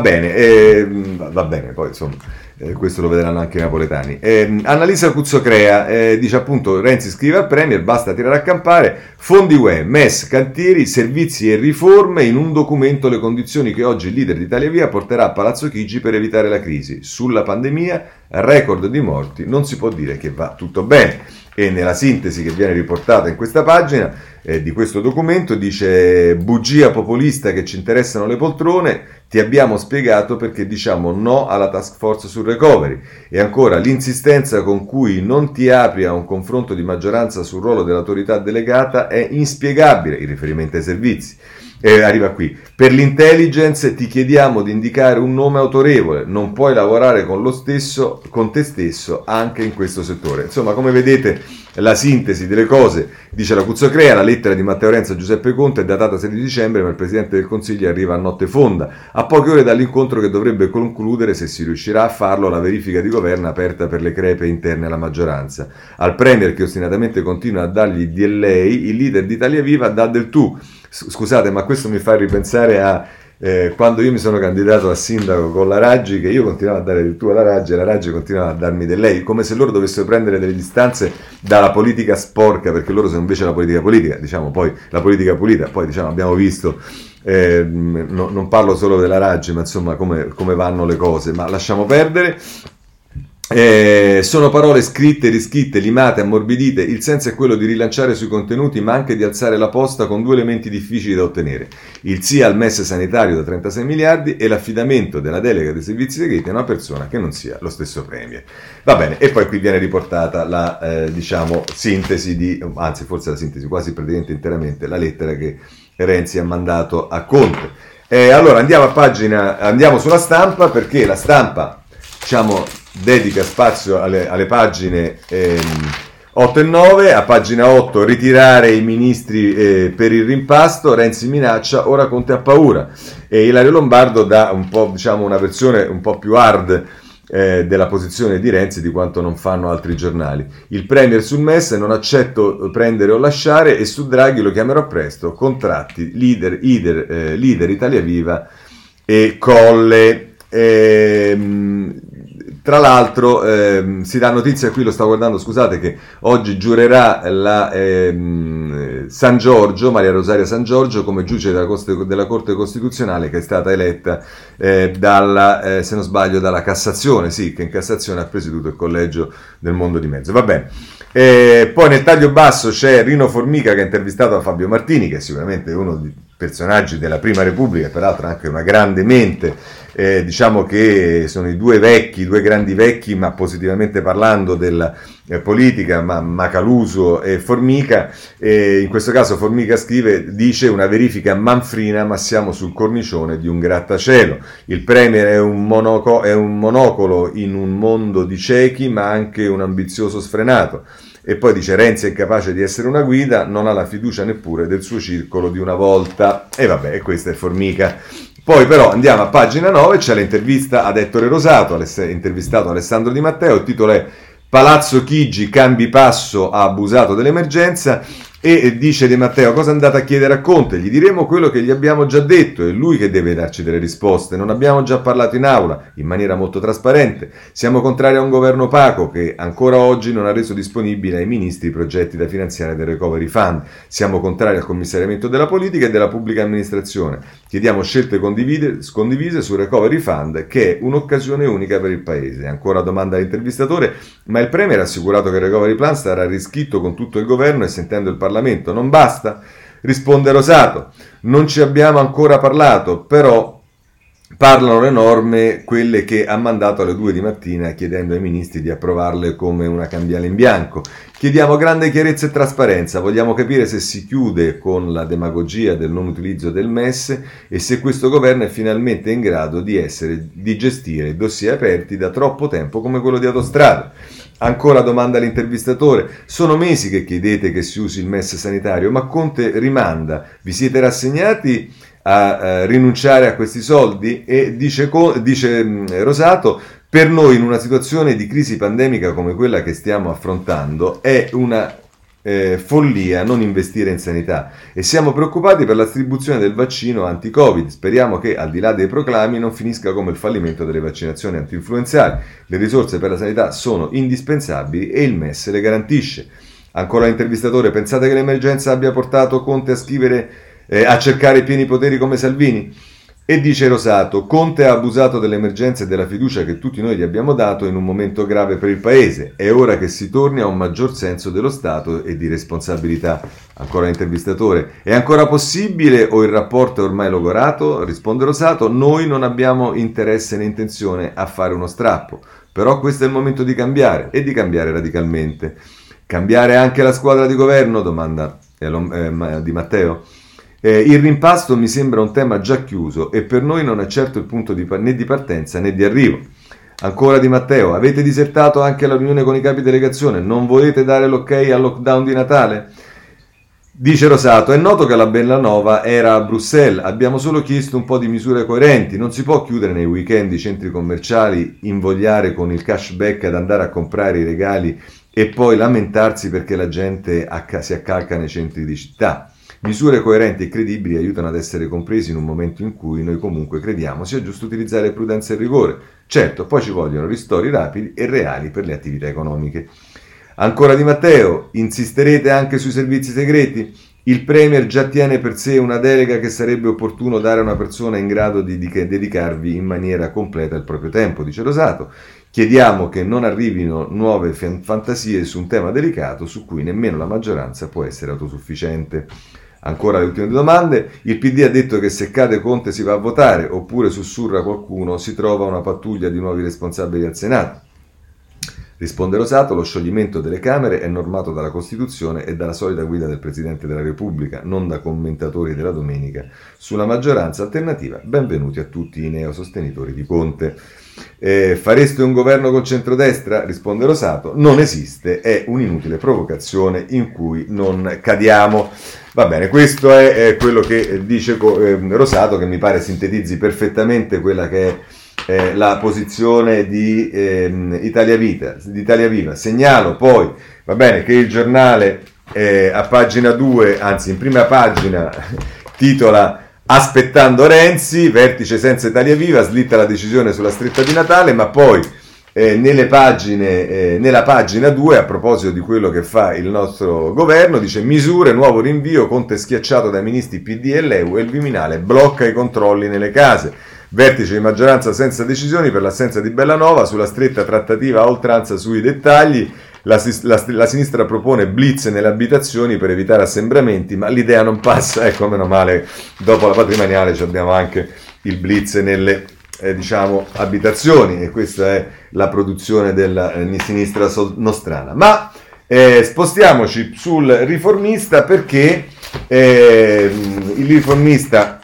bene, poi insomma questo lo vedranno anche i napoletani. Annalisa Cuzzocrea dice appunto: Renzi scrive al Premier, basta tirare a campare, fondi UE, MES, cantieri, servizi e riforme, in un documento le condizioni che oggi il leader di Italia Via porterà a Palazzo Chigi per evitare la crisi. Sulla pandemia, record di morti, non si può dire che va tutto bene. E nella sintesi che viene riportata in questa pagina di questo documento dice: bugia populista che ci interessano le poltrone, ti abbiamo spiegato perché diciamo no alla task force sul recovery. E ancora, l'insistenza con cui non ti apri a un confronto di maggioranza sul ruolo dell'autorità delegata è inspiegabile, in riferimento ai servizi. Arriva qui: per l'intelligence ti chiediamo di indicare un nome autorevole, non puoi lavorare con te stesso anche in questo settore. Insomma, come vedete, la sintesi delle cose, dice la Cuzzocrea: la lettera di Matteo Renzi a Giuseppe Conte è datata 16 dicembre, ma il Presidente del Consiglio arriva a notte fonda, a poche ore dall'incontro che dovrebbe concludere, se si riuscirà a farlo, la verifica di governo aperta per le crepe interne alla maggioranza. Al Premier, che ostinatamente continua a dargli di lei, il leader di Italia Viva dà del tu. Scusate, ma questo mi fa ripensare a quando io mi sono candidato a sindaco con la Raggi, che io continuavo a dare del tu alla Raggi e la Raggi continuava a darmi del lei, come se loro dovessero prendere delle distanze dalla politica sporca, perché loro sono invece la politica, diciamo, poi la politica pulita. Poi diciamo abbiamo visto, non parlo solo della Raggi, ma insomma come vanno le cose, ma lasciamo perdere. Sono parole scritte, riscritte, limate, ammorbidite. Il senso è quello di rilanciare sui contenuti, ma anche di alzare la posta con due elementi difficili da ottenere: il sì al MES sanitario da 36 miliardi e l'affidamento della delega dei servizi segreti a una persona che non sia lo stesso premier. Va bene, e poi qui viene riportata la diciamo sintesi anzi forse la sintesi quasi praticamente interamente, la lettera che Renzi ha mandato a Conte. Allora andiamo sulla Stampa, perché la Stampa, diciamo, dedica spazio alle pagine 8 e 9. A pagina 8, ritirare i ministri per il rimpasto, Renzi minaccia, ora Conte ha paura, e Ilario Lombardo dà un po', diciamo, una versione un po' più hard della posizione di Renzi, di quanto non fanno altri giornali. Il premier sul MES: non accetto prendere o lasciare, e su Draghi: lo chiamerò presto, contratti, leader Italia Viva e Colle. Tra l'altro si dà notizia, qui lo stavo guardando, scusate, che oggi giurerà la San Giorgio, Maria Rosaria San Giorgio, come giudice della Corte Costituzionale, che è stata eletta dalla, se non sbaglio, dalla Cassazione, sì, che in Cassazione ha presieduto il collegio del mondo di mezzo. Va bene. Poi nel taglio basso c'è Rino Formica, che ha intervistato a Fabio Martini, che è sicuramente uno dei personaggi della Prima Repubblica, peraltro anche una grande mente. Diciamo che sono i due grandi vecchi, ma positivamente parlando, della politica, Macaluso e Formica. In questo caso Formica dice: una verifica manfrina, ma siamo sul cornicione di un grattacielo. Il premier è un monocolo in un mondo di ciechi, ma anche un ambizioso sfrenato. E poi dice: Renzi è incapace di essere una guida, non ha la fiducia neppure del suo circolo di una volta. E vabbè, questa è Formica. Poi però andiamo a pagina 9, c'è l'intervista ad Ettore Rosato, intervistato Alessandro Di Matteo. Il titolo è: Palazzo Chigi, cambi passo, ha abusato dell'emergenza. E dice Di Matteo: cosa andate a chiedere a Conte? Gli diremo quello che gli abbiamo già detto, è lui che deve darci delle risposte. Non abbiamo già parlato in aula, in maniera molto trasparente. Siamo contrari a un governo opaco che ancora oggi non ha reso disponibile ai ministri i progetti da finanziare del Recovery Fund. Siamo contrari al commissariamento della politica e della pubblica amministrazione. Chiediamo scelte condivise sul Recovery Fund, che è un'occasione unica per il Paese. Ancora domanda all'intervistatore: ma il Premier ha assicurato che il Recovery Plan sarà riscritto con tutto il governo e sentendo il Parlamento non basta? Risponde Rosato: non ci abbiamo ancora parlato, però parlano le norme, quelle che ha mandato alle 2 di mattina, chiedendo ai ministri di approvarle come una cambiale in bianco. Chiediamo grande chiarezza e trasparenza, vogliamo capire se si chiude con la demagogia del non utilizzo del MES e se questo governo è finalmente in grado di gestire dossier aperti da troppo tempo come quello di Autostrade. Ancora domanda all'intervistatore: sono mesi che chiedete che si usi il MES sanitario, ma Conte rimanda, vi siete rassegnati a rinunciare a questi soldi? E dice Rosato: per noi in una situazione di crisi pandemica come quella che stiamo affrontando è una follia non investire in sanità e siamo preoccupati per la distribuzione del vaccino anti-Covid. Speriamo che, al di là dei proclami, non finisca come il fallimento delle vaccinazioni anti-influenzali. Le risorse per la sanità sono indispensabili e il MES le garantisce. Ancora l'intervistatore: pensate che l'emergenza abbia portato Conte a cercare i pieni poteri come Salvini? E dice Rosato: Conte ha abusato dell'emergenza e della fiducia che tutti noi gli abbiamo dato in un momento grave per il Paese. È ora che si torni a un maggior senso dello Stato e di responsabilità. Ancora l'intervistatore: è ancora possibile o il rapporto è ormai logorato? Risponde Rosato: noi non abbiamo interesse né intenzione a fare uno strappo, però questo è il momento di cambiare e di cambiare radicalmente. Cambiare anche la squadra di governo? Domanda Di Matteo. Il rimpasto mi sembra un tema già chiuso e per noi non è certo il punto né di partenza né di arrivo. Ancora Di Matteo: avete disertato anche la riunione con i capi delegazione, non volete dare l'ok al lockdown di Natale? Dice Rosato: è noto che la Bellanova era a Bruxelles, abbiamo solo chiesto un po' di misure coerenti, non si può chiudere nei weekend i centri commerciali, invogliare con il cashback ad andare a comprare i regali e poi lamentarsi perché la gente si accalca nei centri di città. Misure coerenti e credibili aiutano ad essere compresi in un momento in cui noi comunque crediamo sia giusto utilizzare prudenza e rigore. Certo, poi ci vogliono ristori rapidi e reali per le attività economiche. Ancora Di Matteo, insisterete anche sui servizi segreti? Il Premier già tiene per sé una delega che sarebbe opportuno dare a una persona in grado di dedicarvi in maniera completa il proprio tempo, dice Rosato. Chiediamo che non arrivino nuove fantasie su un tema delicato su cui nemmeno la maggioranza può essere autosufficiente. Ancora le ultime due domande. Il PD ha detto che se cade Conte si va a votare, oppure sussurra qualcuno, si trova una pattuglia di nuovi responsabili al Senato. Risponde Rosato, lo scioglimento delle Camere è normato dalla Costituzione e dalla solita guida del Presidente della Repubblica, non da commentatori della domenica. Sulla maggioranza alternativa, benvenuti a tutti i neosostenitori di Conte. Fareste un governo col centrodestra? Risponde Rosato, non esiste, è un'inutile provocazione in cui non cadiamo. Va bene, questo è quello che dice Rosato, che mi pare sintetizzi perfettamente quella che è la posizione di Italia Viva. Segnalo poi, va bene, che il giornale a pagina 2, anzi in prima pagina, titola Aspettando Renzi, vertice senza Italia Viva, slitta la decisione sulla stretta di Natale, ma poi nella pagina 2, a proposito di quello che fa il nostro governo, dice misure, nuovo rinvio, Conte schiacciato dai ministri PD e l'EU e il Viminale blocca i controlli nelle case. Vertice di maggioranza senza decisioni per l'assenza di Bellanova, sulla stretta trattativa a oltranza sui dettagli, la sinistra propone blitz nelle abitazioni per evitare assembramenti, ma l'idea non passa, ecco, meno male, dopo la patrimoniale abbiamo anche il blitz nelle abitazioni, e questa è la produzione della sinistra nostrana. Ma spostiamoci sul Riformista, perché il Riformista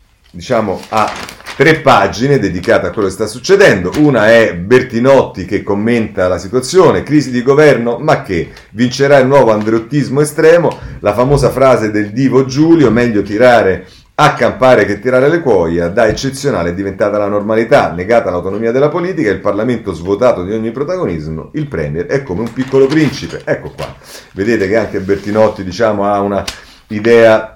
ha 3 pagine dedicate a quello che sta succedendo. Una è Bertinotti che commenta la situazione, crisi di governo, ma che vincerà il nuovo andreottismo estremo, la famosa frase del divo Giulio, meglio tirare a campare che tirare le cuoia, da eccezionale è diventata la normalità, negata l'autonomia della politica, il Parlamento svuotato di ogni protagonismo, il Premier è come un piccolo principe. Ecco qua, vedete che anche Bertinotti ha una idea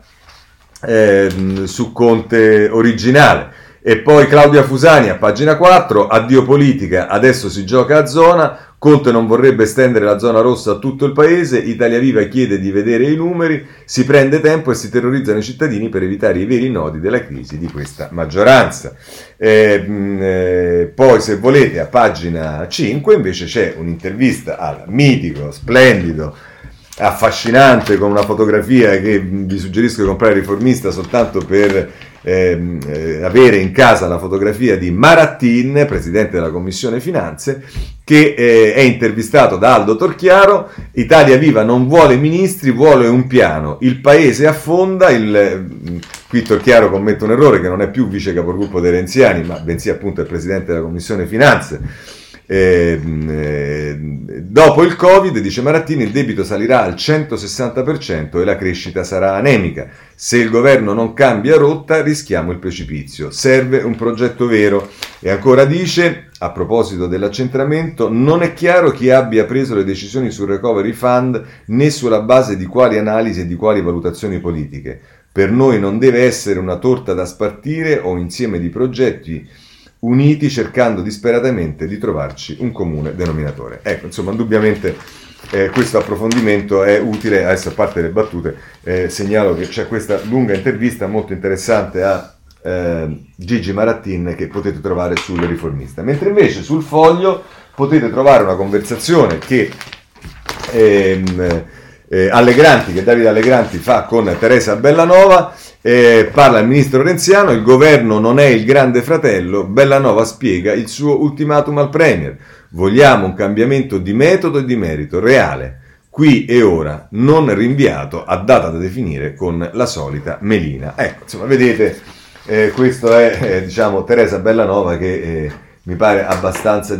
su Conte originale. E poi Claudia Fusani a pagina 4, addio politica, adesso si gioca a zona, Conte non vorrebbe estendere la zona rossa a tutto il paese, Italia Viva chiede di vedere i numeri, si prende tempo e si terrorizzano i cittadini per evitare i veri nodi della crisi di questa maggioranza. Poi, se volete, a pagina 5 invece c'è un'intervista al mitico, splendido, affascinante, con una fotografia che vi suggerisco di comprare Riformista soltanto per avere in casa la fotografia di Marattin, presidente della Commissione Finanze, che è intervistato da Aldo Torchiaro. Italia Viva non vuole ministri, vuole un piano, il paese affonda, qui Torchiaro commette un errore, che non è più vice capogruppo dei renziani, ma bensì appunto è presidente della Commissione Finanze. Dopo il Covid, dice Marattini, il debito salirà al 160% e la crescita sarà anemica. Se il governo non cambia rotta rischiamo il precipizio, serve un progetto vero. E ancora dice, a proposito dell'accentramento, non è chiaro chi abbia preso le decisioni sul recovery fund né sulla base di quali analisi e di quali valutazioni politiche. Per noi non deve essere una torta da spartire o un insieme di progetti uniti cercando disperatamente di trovarci un comune denominatore. Ecco, insomma, indubbiamente questo approfondimento è utile. Adesso, a parte le battute, segnalo che c'è questa lunga intervista molto interessante a Gigi Marattin che potete trovare sul Riformista. Mentre invece sul Foglio potete trovare una conversazione che Allegranti, che Davide Allegranti fa con Teresa Bellanova. Parla il ministro renziano, il governo non è il grande fratello, Bellanova spiega il suo ultimatum al Premier. Vogliamo un cambiamento di metodo e di merito, reale, qui e ora, non rinviato a data da definire con la solita melina. Ecco, insomma, vedete, questo è Teresa Bellanova, che mi pare abbastanza,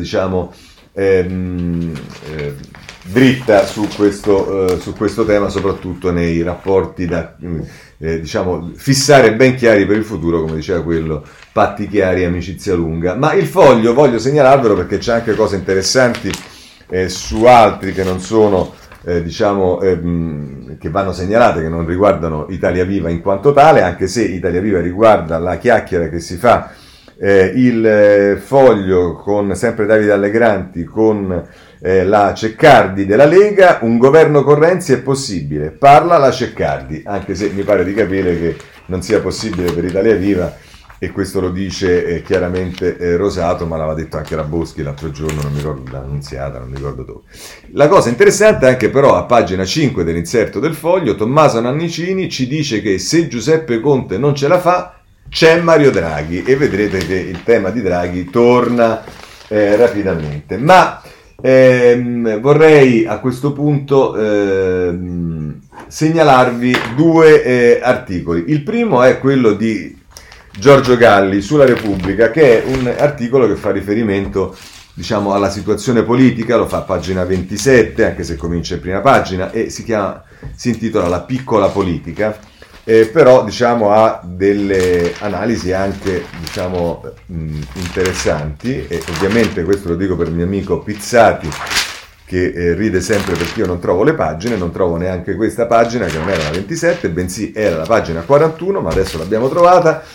dritta su questo tema, soprattutto nei rapporti da fissare ben chiari per il futuro, come diceva quello, patti chiari, amicizia lunga. Ma il Foglio voglio segnalarvelo perché c'è anche cose interessanti su altri che non sono che vanno segnalate, che non riguardano Italia Viva in quanto tale, anche se Italia Viva riguarda la chiacchiera che si fa il Foglio con sempre Davide Allegranti con la Ceccardi della Lega. Un governo con Renzi è possibile, parla la Ceccardi, anche se mi pare di capire che non sia possibile per Italia Viva, e questo lo dice chiaramente Rosato, ma l'aveva detto anche la Boschi l'altro giorno, non mi ricordo, l'Annunziata, non mi ricordo dove. La cosa interessante è anche però a pagina 5 dell'inserto del Foglio, Tommaso Nannicini ci dice che se Giuseppe Conte non ce la fa, c'è Mario Draghi, e vedrete che il tema di Draghi torna rapidamente. Ma vorrei a questo punto segnalarvi due articoli. Il primo è quello di Giorgio Galli sulla Repubblica, che è un articolo che fa riferimento, diciamo, alla situazione politica, lo fa a pagina 27, anche se comincia in prima pagina, e si intitola La piccola politica, però diciamo ha delle analisi anche, diciamo, interessanti, e ovviamente questo lo dico per il mio amico Pizzati, che ride sempre perché io non trovo le pagine, non trovo neanche questa pagina, che non era la 27, bensì era la pagina 41, ma adesso l'abbiamo trovata.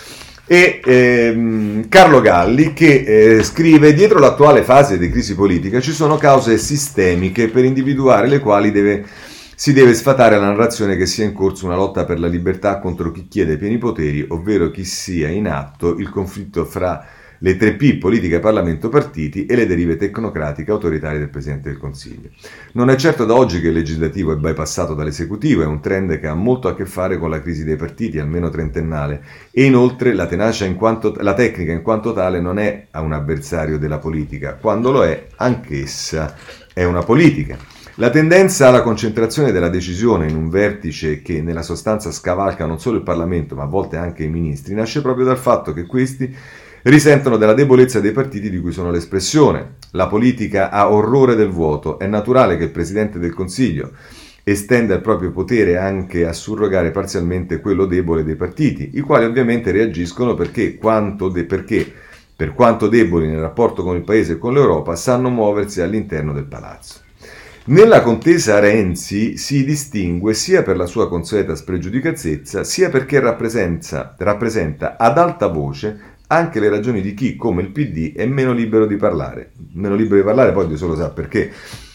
E Carlo Galli che scrive: dietro l'attuale fase di crisi politica ci sono cause sistemiche per individuare le quali si deve sfatare la narrazione che sia in corso una lotta per la libertà contro chi chiede pieni poteri, ovvero chi sia in atto il conflitto fra le 3P, politica, Parlamento, partiti, e le derive tecnocratiche autoritarie del Presidente del Consiglio. Non è certo da oggi che il legislativo è bypassato dall'esecutivo, è un trend che ha molto a che fare con la crisi dei partiti, almeno trentennale, e inoltre la tecnica in quanto tale non è un avversario della politica, quando lo è, anch'essa è una politica. La tendenza alla concentrazione della decisione in un vertice che nella sostanza scavalca non solo il Parlamento, ma a volte anche i ministri, nasce proprio dal fatto che questi risentono della debolezza dei partiti di cui sono l'espressione. La politica ha orrore del vuoto, è naturale che il Presidente del Consiglio estenda il proprio potere anche a surrogare parzialmente quello debole dei partiti, i quali ovviamente reagiscono perché, per quanto deboli nel rapporto con il Paese e con l'Europa, sanno muoversi all'interno del palazzo. Nella contesa Renzi si distingue sia per la sua consueta spregiudicatezza, sia perché rappresenta ad alta voce anche le ragioni di chi, come il PD, è meno libero di parlare. Meno libero di parlare, poi Dio solo sa perché.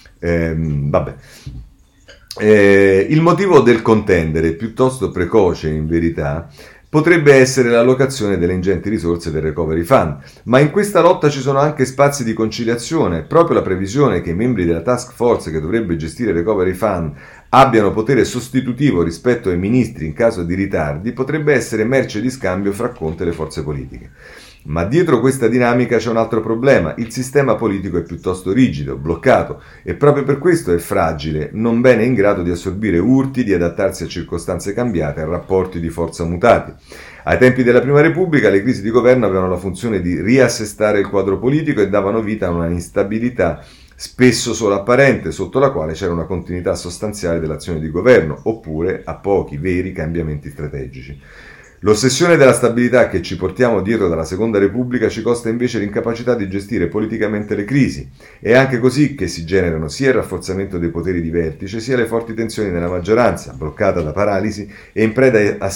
Il motivo del contendere, piuttosto precoce in verità, potrebbe essere l'allocazione delle ingenti risorse del Recovery Fund, ma in questa lotta ci sono anche spazi di conciliazione. Proprio la previsione che i membri della task force che dovrebbe gestire il Recovery Fund abbiano potere sostitutivo rispetto ai ministri in caso di ritardi potrebbe essere merce di scambio fra Conte e le forze politiche. Ma dietro questa dinamica c'è un altro problema: il sistema politico è piuttosto rigido, bloccato, e proprio per questo è fragile, non bene in grado di assorbire urti, di adattarsi a circostanze cambiate, a rapporti di forza mutati. Ai tempi della Prima Repubblica le crisi di governo avevano la funzione di riassestare il quadro politico e davano vita a una instabilità spesso solo apparente, sotto la quale c'era una continuità sostanziale dell'azione di governo, oppure a pochi veri cambiamenti strategici. L'ossessione della stabilità che ci portiamo dietro dalla Seconda Repubblica ci costa invece l'incapacità di gestire politicamente le crisi. È anche così che si generano sia il rafforzamento dei poteri di vertice, sia le forti tensioni nella maggioranza, bloccata da paralisi e in preda a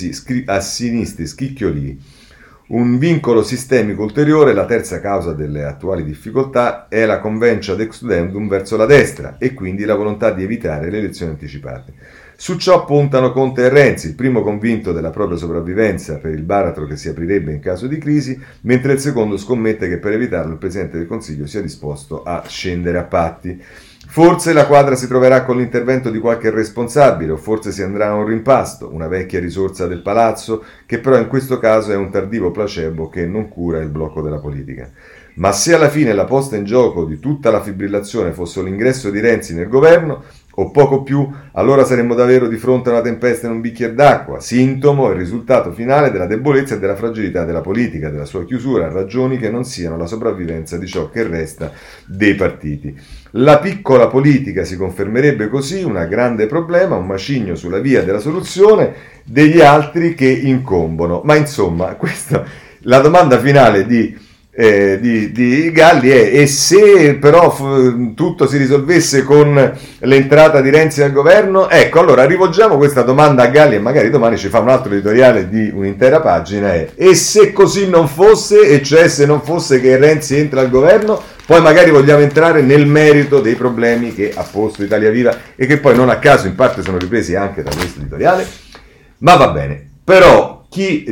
sinistri schicchiolii. Un vincolo sistemico ulteriore, la terza causa delle attuali difficoltà, è la convention ad excludendum verso la destra e quindi la volontà di evitare le elezioni anticipate. Su ciò puntano Conte e Renzi, il primo convinto della propria sopravvivenza per il baratro che si aprirebbe in caso di crisi, mentre il secondo scommette che per evitarlo il Presidente del Consiglio sia disposto a scendere a patti. Forse la quadra si troverà con l'intervento di qualche responsabile, o forse si andrà a un rimpasto, una vecchia risorsa del palazzo, che però in questo caso è un tardivo placebo che non cura il blocco della politica. Ma se alla fine la posta in gioco di tutta la fibrillazione fosse l'ingresso di Renzi nel governo, o poco più, allora saremmo davvero di fronte a una tempesta in un bicchiere d'acqua, sintomo e risultato finale della debolezza e della fragilità della politica, della sua chiusura a ragioni che non siano la sopravvivenza di ciò che resta dei partiti. La piccola politica si confermerebbe così un grande problema, un macigno sulla via della soluzione degli altri che incombono. Ma insomma, questa la domanda finale di di Galli è: e se però tutto si risolvesse con l'entrata di Renzi al governo? Ecco, allora rivolgiamo questa domanda a Galli e magari domani ci fa un altro editoriale di un'intera pagina. E se così non fosse, e cioè se non fosse che Renzi entra al governo, poi magari vogliamo entrare nel merito dei problemi che ha posto Italia Viva e che poi non a caso in parte sono ripresi anche da questo editoriale. Ma va bene, però chi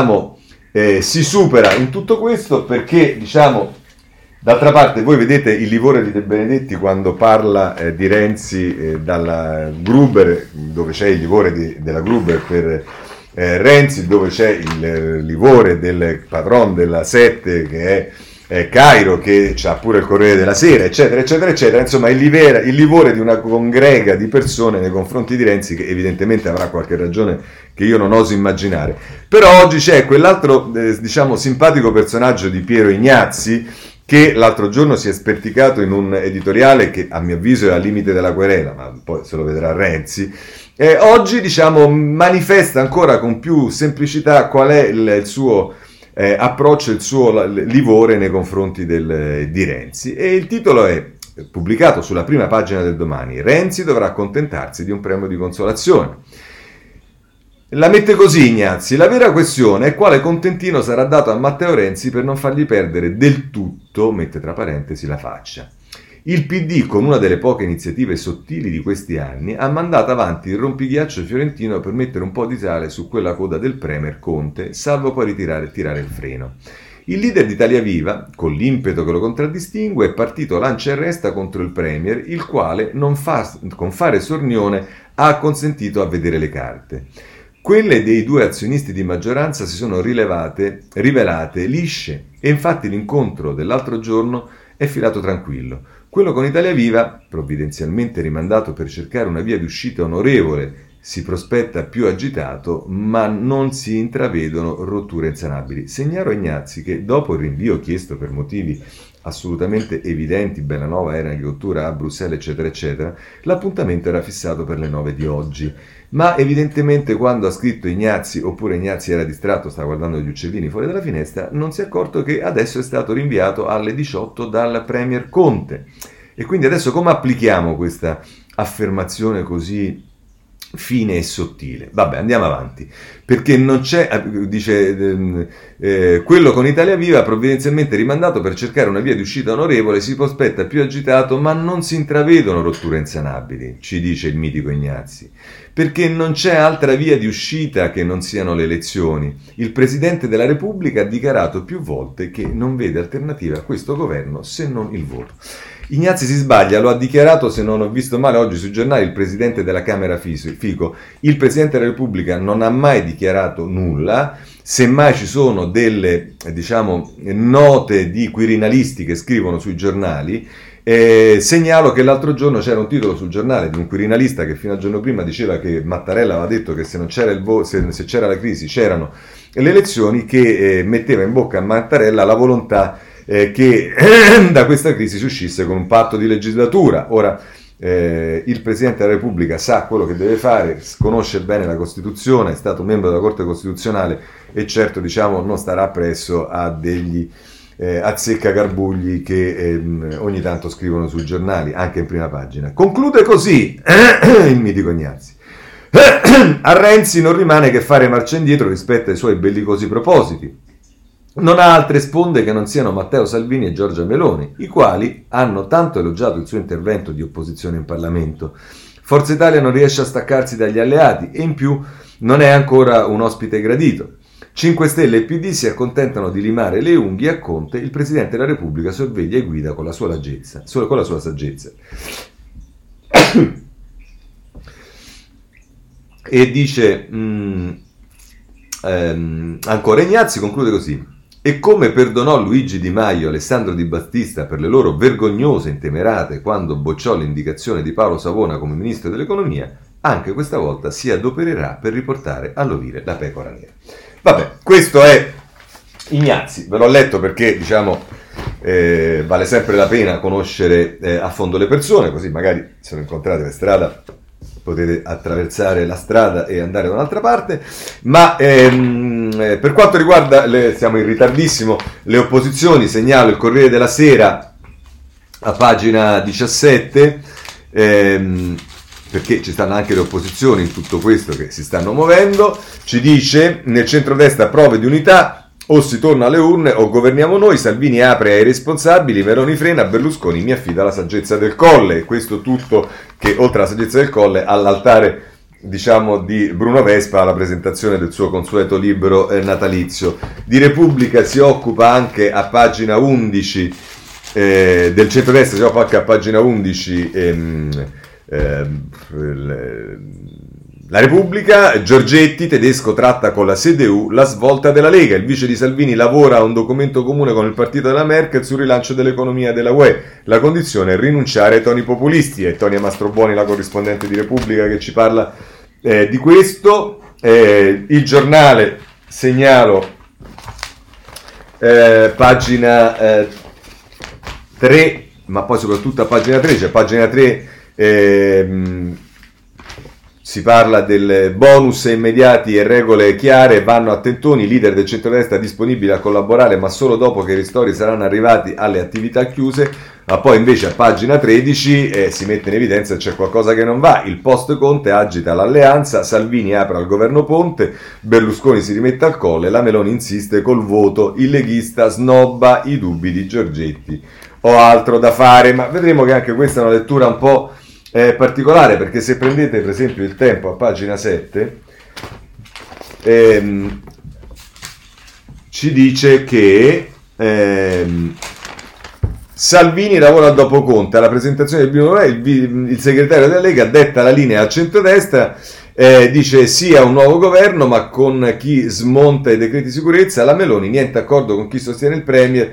si supera in tutto questo, perché d'altra parte voi vedete il livore di De Benedetti quando parla di Renzi dalla Gruber, dove c'è il livore della Gruber per Renzi, dove c'è il livore del patron della 7 che è Cairo, che ha pure il Corriere della Sera, eccetera eccetera eccetera, insomma il livore di una congrega di persone nei confronti di Renzi, che evidentemente avrà qualche ragione che io non oso immaginare. Però oggi c'è quell'altro simpatico personaggio di Piero Ignazzi, che l'altro giorno si è sperticato in un editoriale che a mio avviso è al limite della querela, ma poi se lo vedrà Renzi. Oggi manifesta ancora con più semplicità qual è il suo approccio, il suo livore nei confronti di Renzi, e il titolo è pubblicato sulla prima pagina del Domani: Renzi dovrà accontentarsi di un premio di consolazione. La mette così Ignazzi: la vera questione è quale contentino sarà dato a Matteo Renzi per non fargli perdere del tutto, mette tra parentesi, la faccia. Il PD, con una delle poche iniziative sottili di questi anni, ha mandato avanti il rompighiaccio fiorentino per mettere un po' di sale su quella coda del premier Conte, salvo poi tirare il freno. Il leader di Italia Viva, con l'impeto che lo contraddistingue, è partito lancia e resta contro il premier, il quale, con fare sornione, ha acconsentito a vedere le carte. Quelle dei due azionisti di maggioranza si sono rivelate lisce, e infatti l'incontro dell'altro giorno è filato tranquillo. Quello con Italia Viva, provvidenzialmente rimandato per cercare una via d'uscita onorevole, si prospetta più agitato, ma non si intravedono rotture insanabili. Segnalo Ignazzi che dopo il rinvio chiesto per motivi assolutamente evidenti, Bellanova era in agricoltura a Bruxelles, eccetera, eccetera, l'appuntamento era fissato per le 9 di oggi. Ma evidentemente quando ha scritto Ignazzi, oppure Ignazzi era distratto, stava guardando gli uccellini fuori dalla finestra, non si è accorto che adesso è stato rinviato alle 18 dal premier Conte. E quindi adesso come applichiamo questa affermazione così fine e sottile? Vabbè, andiamo avanti, perché non c'è, dice quello con Italia Viva, provvidenzialmente rimandato per cercare una via di uscita onorevole, si prospetta più agitato, ma non si intravedono rotture insanabili, ci dice il mitico Ignazzi, perché non c'è altra via di uscita che non siano le elezioni. Il Presidente della Repubblica ha dichiarato più volte che non vede alternative a questo governo se non il voto. Ignazzi si sbaglia, lo ha dichiarato, se non ho visto male, oggi sui giornali il Presidente della Camera Fico. Il Presidente della Repubblica non ha mai dichiarato nulla, semmai ci sono delle, note di quirinalisti che scrivono sui giornali. Segnalo che l'altro giorno c'era un titolo sul giornale di un quirinalista che fino al giorno prima diceva che Mattarella aveva detto che se non c'era se c'era la crisi c'erano le elezioni, che metteva in bocca a Mattarella la volontà che da questa crisi si uscisse con un patto di legislatura. Ora il Presidente della Repubblica sa quello che deve fare, conosce bene la Costituzione, è stato membro della Corte Costituzionale e certo non starà appresso a degli azzeccagarbugli che ogni tanto scrivono sui giornali, anche in prima pagina. Conclude così il mitico Ignazzi: a Renzi non rimane che fare marcia indietro rispetto ai suoi bellicosi propositi. Non ha altre sponde che non siano Matteo Salvini e Giorgia Meloni, i quali hanno tanto elogiato il suo intervento di opposizione in Parlamento. Forza Italia non riesce a staccarsi dagli alleati e in più non è ancora un ospite gradito. 5 Stelle e PD si accontentano di limare le unghie a Conte, il Presidente della Repubblica sorveglia e guida con la sua saggezza. E dice ancora Ignazzi, conclude così: e come perdonò Luigi Di Maio Alessandro Di Battista per le loro vergognose intemerate quando bocciò l'indicazione di Paolo Savona come ministro dell'economia, anche questa volta si adopererà per riportare all'ovile la pecora nera. Vabbè, questo è Ignazzi, ve l'ho letto perché vale sempre la pena conoscere a fondo le persone, così magari se lo incontrate per strada potete attraversare la strada e andare da un'altra parte. Ma per quanto riguarda, siamo in ritardissimo, le opposizioni, segnalo il Corriere della Sera a pagina 17, perché ci stanno anche le opposizioni in tutto questo che si stanno muovendo. Ci dice: nel centrodestra prove di unità, o si torna alle urne o governiamo noi, Salvini apre ai responsabili, Meloni frena, Berlusconi mi affida la saggezza del Colle. Questo tutto che, oltre alla saggezza del Colle, all'altare, diciamo, di Bruno Vespa alla presentazione del suo consueto libro natalizio. Di Repubblica si occupa anche a pagina 11, del centrodestra si occupa anche a pagina 11 la Repubblica. Giorgetti, Tedesco tratta con la CDU la svolta della Lega, il vice di Salvini lavora a un documento comune con il partito della Merkel sul rilancio dell'economia della UE, la condizione è rinunciare ai toni populisti. È Tonia Mastrobuoni, la corrispondente di Repubblica, che ci parla di questo. Il Giornale, segnalo, pagina 3, ma poi soprattutto a pagina 3, cioè pagina 3, si parla del bonus immediati e regole chiare, vanno a tentoni, leader del centrodestra disponibili a collaborare ma solo dopo che i ristori saranno arrivati alle attività chiuse. Ma poi invece a pagina 13 si mette in evidenza che c'è qualcosa che non va, il post Conte agita l'alleanza, Salvini apre al governo Ponte, Berlusconi si rimette al Colle, la Meloni insiste col voto, il leghista snobba i dubbi di Giorgetti. Ho altro da fare, ma vedremo che anche questa è una lettura un po' particolare, perché se prendete per esempio il Tempo a pagina 7 ci dice che Salvini lavora dopo Conte, alla presentazione del Bruno il segretario della Lega detta la linea al centrodestra, dice sì a un nuovo governo ma con chi smonta i decreti di sicurezza, la Meloni niente accordo con chi sostiene il Premier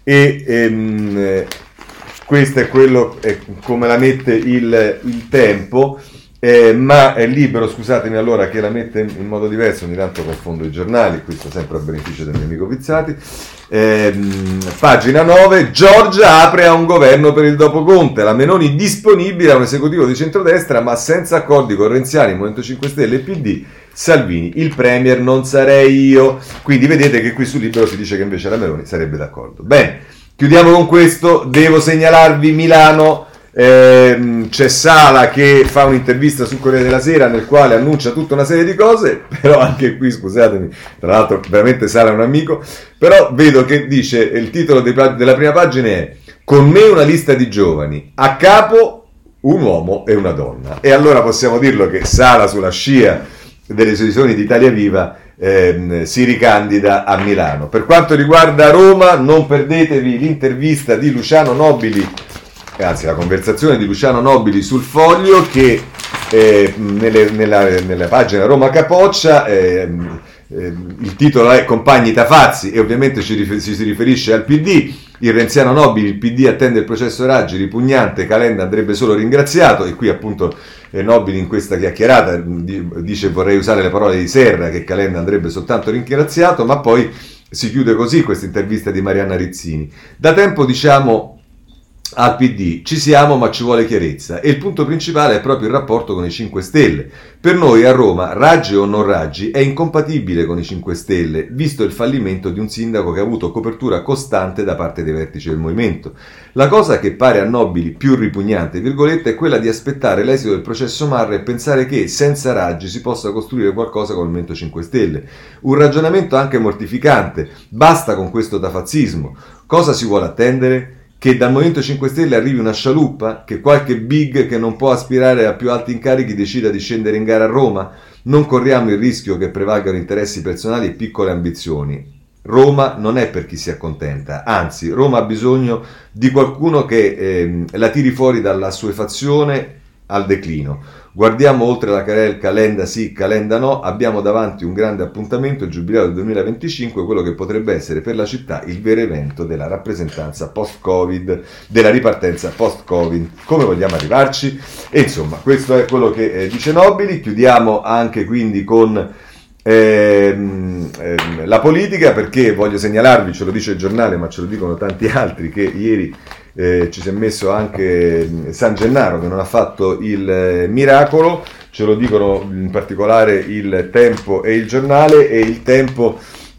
e questo è quello, come la mette il Tempo, ma è libero, scusatemi allora che la mette in modo diverso, ogni tanto confondo i giornali, questo sempre a beneficio del mio amico Pizzati. Pagina 9, Giorgia apre a un governo per il dopo Conte, la Meloni disponibile a un esecutivo di centrodestra ma senza accordi con Renziani, Movimento 5 Stelle e PD, Salvini, il Premier non sarei io. Quindi vedete che qui su Libero si dice che invece la Meloni sarebbe d'accordo. Bene. Chiudiamo con questo, devo segnalarvi Milano, c'è Sala che fa un'intervista sul Corriere della Sera nel quale annuncia tutta una serie di cose, però anche qui, scusatemi, tra l'altro veramente Sala è un amico, però vedo che dice, il titolo della prima pagina è "Con me una lista di giovani, a capo un uomo e una donna", e allora possiamo dirlo che Sala, sulla scia delle decisioni di Italia Viva, si ricandida a Milano. Per quanto riguarda Roma, non perdetevi l'intervista di Luciano Nobili, anzi la conversazione di Luciano Nobili sul Foglio, che nella pagina Roma Capoccia, il titolo è "Compagni Tafazzi", e ovviamente si riferisce al PD. Il renziano Nobili, il PD attende il processo Raggi, ripugnante, Calenda andrebbe solo ringraziato, e qui appunto Nobili in questa chiacchierata dice vorrei usare le parole di Serra, che Calenda andrebbe soltanto ringraziato, ma poi si chiude così questa intervista di Marianna Rizzini. Da tempo diciamo al PD ci siamo ma ci vuole chiarezza, e il punto principale è proprio il rapporto con i 5 Stelle. Per noi a Roma Raggi o non Raggi è incompatibile con i 5 Stelle, visto il fallimento di un sindaco che ha avuto copertura costante da parte dei vertici del movimento. La cosa che pare a Nobili più ripugnante, virgolette, è quella di aspettare l'esito del processo Marra e pensare che senza Raggi si possa costruire qualcosa con il Movimento 5 Stelle. Un ragionamento anche mortificante. Basta con questo tafazzismo. Cosa si vuole attendere? Che dal Movimento 5 Stelle arrivi una scialuppa? Che qualche big che non può aspirare a più alti incarichi decida di scendere in gara a Roma? Non corriamo il rischio che prevalgano interessi personali e piccole ambizioni. Roma non è per chi si accontenta, anzi Roma ha bisogno di qualcuno che la tiri fuori dalla assuefazione al declino. Guardiamo oltre la Calenda sì, Calenda no, abbiamo davanti un grande appuntamento, il Giubileo del 2025, quello che potrebbe essere per la città il vero evento della rappresentanza post-Covid, della ripartenza post-Covid. Come vogliamo arrivarci? E insomma, questo è quello che dice Nobili. Chiudiamo anche quindi con la politica, perché voglio segnalarvi, ce lo dice il giornale ma ce lo dicono tanti altri, che ieri ci si è messo anche San Gennaro che non ha fatto il miracolo. ce lo dicono in particolare il Tempo e il Giornale, e il Tempo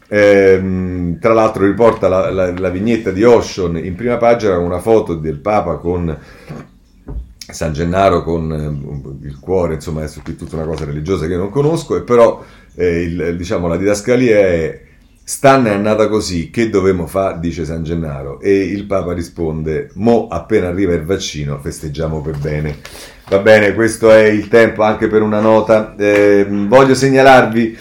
tra l'altro riporta la vignetta di Oshon in prima pagina, una foto del Papa con San Gennaro con il cuore, insomma adesso qui tutta una cosa religiosa che io non conosco, e però diciamo la didascalia è: Stanna è nata così, che dovevamo fare, dice San Gennaro, e il Papa risponde: mo appena arriva il vaccino festeggiamo per bene. Va bene, questo è il Tempo, anche per una nota. Voglio segnalarvi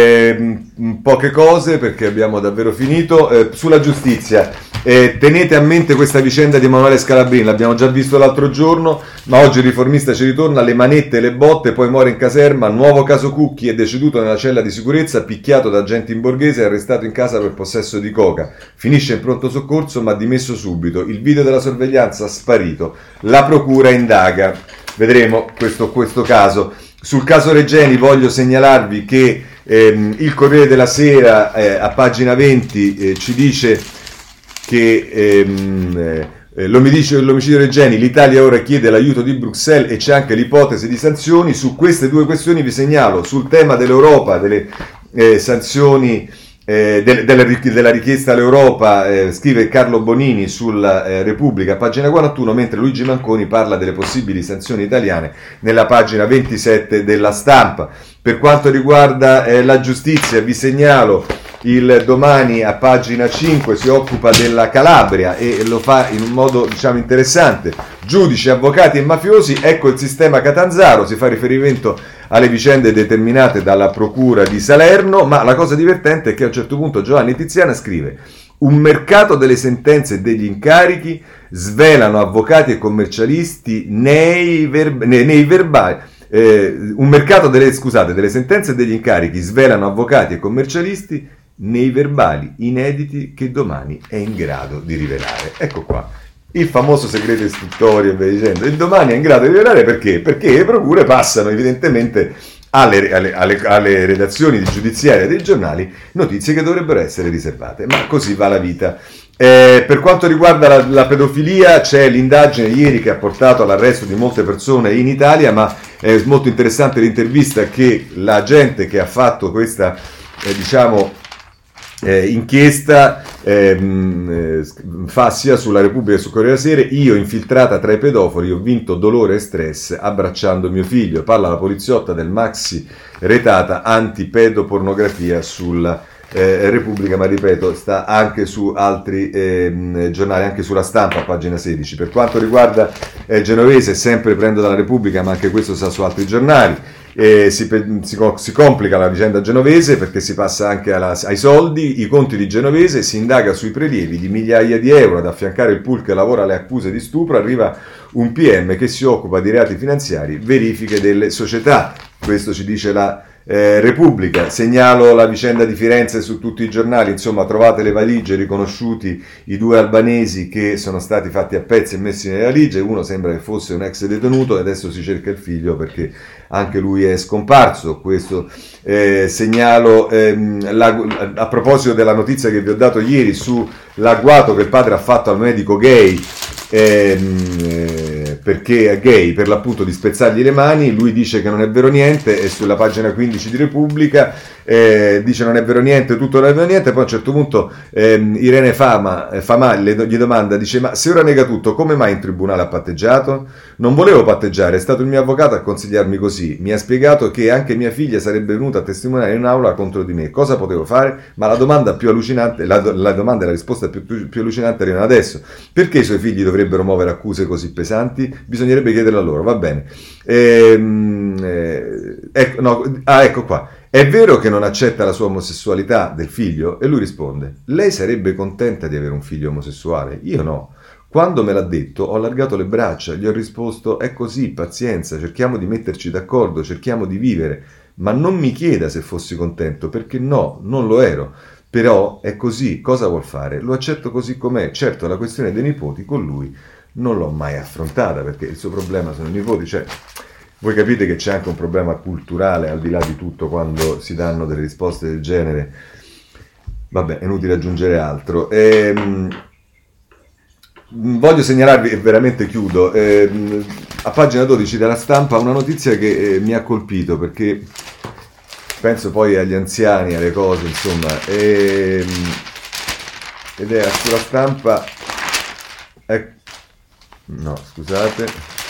poche cose perché abbiamo davvero finito. Sulla giustizia, tenete a mente questa vicenda di Emanuele Scalabrini, l'abbiamo già visto l'altro giorno, ma oggi il Riformista ci ritorna: le manette e le botte, poi muore in caserma. Nuovo caso Cucchi, è deceduto nella cella di sicurezza, picchiato da agenti in borghese e arrestato in casa per possesso di coca. Finisce in pronto soccorso ma dimesso subito. Il video della sorveglianza sparito, la procura indaga. Vedremo questo caso. Sul caso Regeni voglio segnalarvi che il Corriere della Sera a pagina 20 ci dice che l'omicidio Regeni, l'Italia ora chiede l'aiuto di Bruxelles e c'è anche l'ipotesi di sanzioni. Su queste due questioni vi segnalo: sul tema dell'Europa, delle sanzioni, della richiesta all'Europa, scrive Carlo Bonini sulla Repubblica, pagina 41, mentre Luigi Manconi parla delle possibili sanzioni italiane nella pagina 27 della Stampa. Per quanto riguarda la giustizia, vi segnalo il Domani a pagina 5, si occupa della Calabria e lo fa in un modo, diciamo, interessante. Giudici, avvocati e mafiosi, ecco il sistema Catanzaro. Si fa riferimento alle vicende determinate dalla procura di Salerno, ma la cosa divertente è che a un certo punto Giovanni Tiziana scrive: un mercato delle sentenze e degli incarichi, svelano avvocati e commercialisti nei verbali. Un mercato delle sentenze e degli incarichi, svelano avvocati e commercialisti nei verbali inediti che Domani è in grado di rivelare. Ecco qua il famoso segreto istruttorio, via dicendo. Il Domani è in grado di rivelare perché? Perché le procure passano evidentemente alle redazioni giudiziarie dei giornali notizie che dovrebbero essere riservate, ma così va la vita. Per quanto riguarda la pedofilia, c'è l'indagine ieri che ha portato all'arresto di molte persone in Italia, ma è molto interessante l'intervista che l'agente che ha fatto questa inchiesta fa sia sulla Repubblica che su Corriere della Sera. Io, infiltrata tra i pedofili, ho vinto dolore e stress abbracciando mio figlio. Parla la poliziotta del maxi retata antipedopornografia sulla Repubblica, ma ripeto, sta anche su altri giornali, anche sulla Stampa a pagina 16. Per quanto riguarda Genovese, sempre prendo dalla Repubblica, ma anche questo sta su altri giornali. Si complica la vicenda genovese perché si passa anche ai soldi. I conti di Genovese, si indaga sui prelievi di migliaia di euro. Ad affiancare il pool che lavora alle accuse di stupro arriva un PM che si occupa di reati finanziari, verifiche delle società. Questo ci dice la Repubblica. Segnalo la vicenda di Firenze su tutti i giornali. Insomma, trovate le valigie, riconosciuti i due albanesi che sono stati fatti a pezzi e messi nelle valigie. Uno sembra che fosse un ex detenuto e adesso si cerca il figlio perché anche lui è scomparso. Questo segnalo a proposito della notizia che vi ho dato ieri sull'agguato che il padre ha fatto al medico gay, perché è gay, per l'appunto, di spezzargli le mani. Lui dice che non è vero niente, e sulla pagina 15 di Repubblica dice non è vero niente, tutto non è vero niente. Poi a un certo punto Irene Fama gli domanda, dice: ma se ora nega tutto, come mai in tribunale ha patteggiato? Non volevo patteggiare, è stato il mio avvocato a consigliarmi così, mi ha spiegato che anche mia figlia sarebbe venuta a testimoniare in aula contro di me, cosa potevo fare? Ma la domanda più allucinante, la domanda e la risposta più allucinante arrivano adesso: perché i suoi figli dovrebbero muovere accuse così pesanti? Bisognerebbe chiederlo a loro. Va bene, ecco qua. È vero che non accetta la sua omosessualità del figlio? E lui risponde: lei sarebbe contenta di avere un figlio omosessuale? Io no. Quando me l'ha detto ho allargato le braccia, gli ho risposto: è così, pazienza, cerchiamo di metterci d'accordo, cerchiamo di vivere, ma non mi chieda se fossi contento, perché no, non lo ero. Però è così, cosa vuol fare? Lo accetto così com'è. Certo, la questione dei nipoti con lui non l'ho mai affrontata, perché il suo problema sono i nipoti. Cioè, voi capite che c'è anche un problema culturale al di là di tutto quando si danno delle risposte del genere. Vabbè, è inutile aggiungere altro. Voglio segnalarvi, e veramente chiudo, a pagina 12 della Stampa una notizia che mi ha colpito perché penso poi agli anziani, alle cose, insomma, ed è sulla Stampa, no, scusate,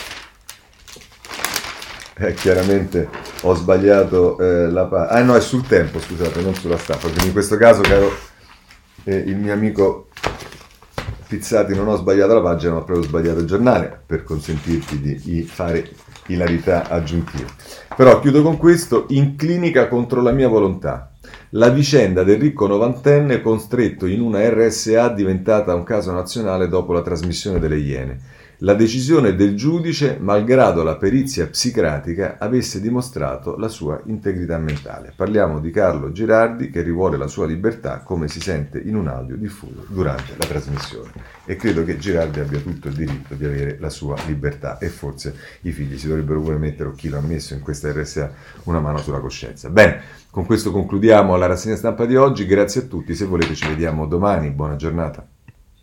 chiaramente ho sbagliato la pagina, no, è sul Tempo, scusate, non sulla Stampa, quindi in questo caso, caro il mio amico Pizzati, non ho sbagliato la pagina, ma ho proprio sbagliato il giornale per consentirti di fare ilarità aggiuntive. Però chiudo con questo: in clinica contro la mia volontà. La vicenda del ricco novantenne costretto in una RSA diventata un caso nazionale dopo la trasmissione delle Iene. La decisione del giudice, malgrado la perizia psichiatrica avesse dimostrato la sua integrità mentale. Parliamo di Carlo Girardi che rivuole la sua libertà, come si sente in un audio diffuso durante la trasmissione. E credo che Girardi abbia tutto il diritto di avere la sua libertà, e forse i figli si dovrebbero pure mettere, o chi l'ha messo in questa RSA, una mano sulla coscienza. Bene, con questo concludiamo la rassegna stampa di oggi. Grazie a tutti, se volete ci vediamo domani. Buona giornata.